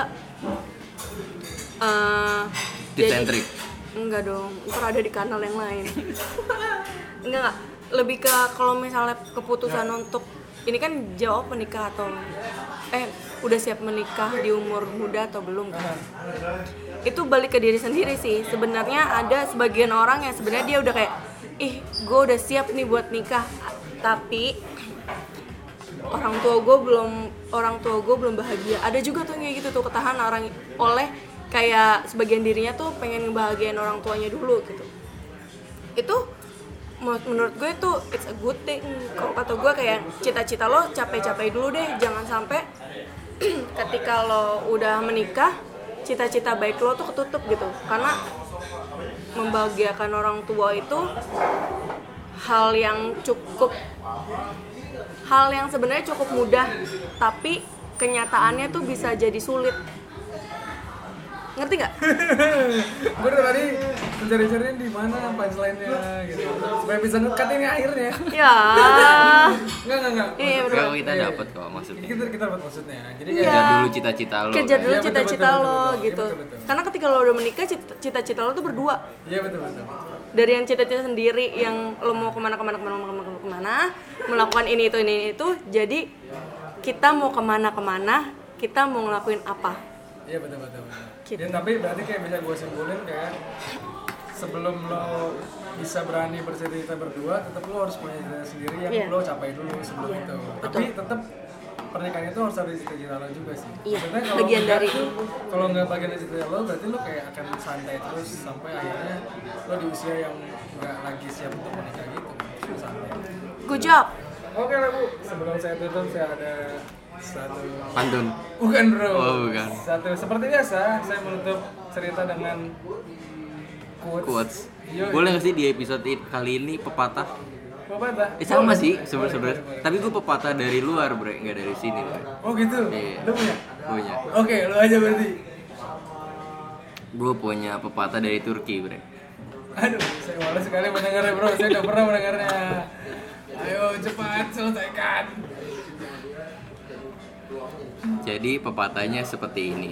eh Tips jadi- and trick. Enggak dong, ntar ada di kanal yang lain. Enggak, enggak. Lebih ke kalau misalnya keputusan untuk ini kan jawab menikah atau eh udah siap menikah di umur muda atau belum kan? Itu balik ke diri sendiri sih. Sebenarnya ada sebagian orang yang sebenarnya dia udah kayak ih gue udah siap nih buat nikah, tapi orang tua gue belum orang tua gue belum bahagia. Ada juga tuh yang kayak gitu tuh, ketahan orang oleh kayak sebagian dirinya tuh pengen ngebahagiain orang tuanya dulu gitu. Itu menurut menurut gue tuh it's a good thing. Kalau kata gue kayak cita-cita lo capek-capek dulu deh, jangan sampai ketika lo udah menikah cita-cita baik lo tuh ketutup gitu. Karena membahagiakan orang tua itu hal yang cukup hal yang sebenarnya cukup mudah, tapi kenyataannya tuh bisa jadi sulit. Ngerti nggak? Gue udah tadi mencari-cari di mana punchline-nya gitu, supaya bisa nge-cut ini akhirnya. Ya. Enggak, enggak, enggak. Iya, Maksudnya- Kalau kita iya. dapat kok maksudnya. Kita kita dapat maksudnya. Jadi Iya. kayak Kejar dulu cita-cita lo. Kejar dulu Iya, betul, cita-cita betul, betul, lo betul. gitu. Iya, betul, betul. Karena ketika lo udah menikah, cita- cita-cita lo tuh berdua. Iya betul betul. Dari yang cita-cita sendiri yang lo mau kemana kemana kemana kemana kemana, kemana melakukan ini itu ini itu. Jadi kita mau kemana kemana, kita mau ngelakuin apa. Iya betul betul. betul. Gitu. Dan tapi berarti kayak bisa gue simpulin kayak sebelum lo bisa berani bercerita berdua, tetap lo harus punya cerita sendiri yang Iya. lo capai dulu sebelum Iya, itu. betul. Tapi tetap pernikahan itu harus ada cita-cita lo juga sih. Iya, Maksudnya kalau bagian enggak- dari. kalau nggak bagian dari cita lo, berarti lo kayak akan santai terus sampai akhirnya lo di usia yang nggak lagi siap untuk menikah gitu. Santai. Good job. Oke lah Bu, sebelum saya tutup saya ada satu Pantun. bukan bro. Oh, bukan. Satu seperti biasa saya menutup cerita dengan quotes. Quotes. Yo, Boleh nggak sih di episode i- kali ini pepatah? Pepatah. Eh sama Boleh. sih Boleh, sebenarnya. boleh, boleh. Tapi gue pepatah dari luar bre, nggak dari sini bre. Oh gitu. Iya. Lu punya? Punya. Oke, lu aja berarti. Gue punya pepatah dari Turki bre. Aduh, saya malas sekali mendengarnya bro. Saya udah pernah mendengarnya. Ayo cepat selesaikan. Jadi pepatahnya seperti ini.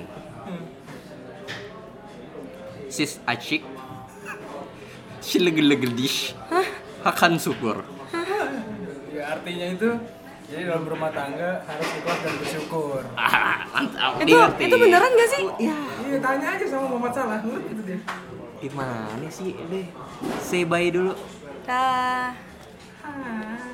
Sis acik, silegel-legedish, akan syukur. Ya artinya itu, jadi dalam berumah tangga harus ikhlas dan bersyukur. Ah, mantap. Itu Dimengerti. itu beneran gak sih? Iya, tanya aja sama Muhammad Salah. Menurut itu dia. Gimana sih deh? Say bye dulu. Dah. Hai.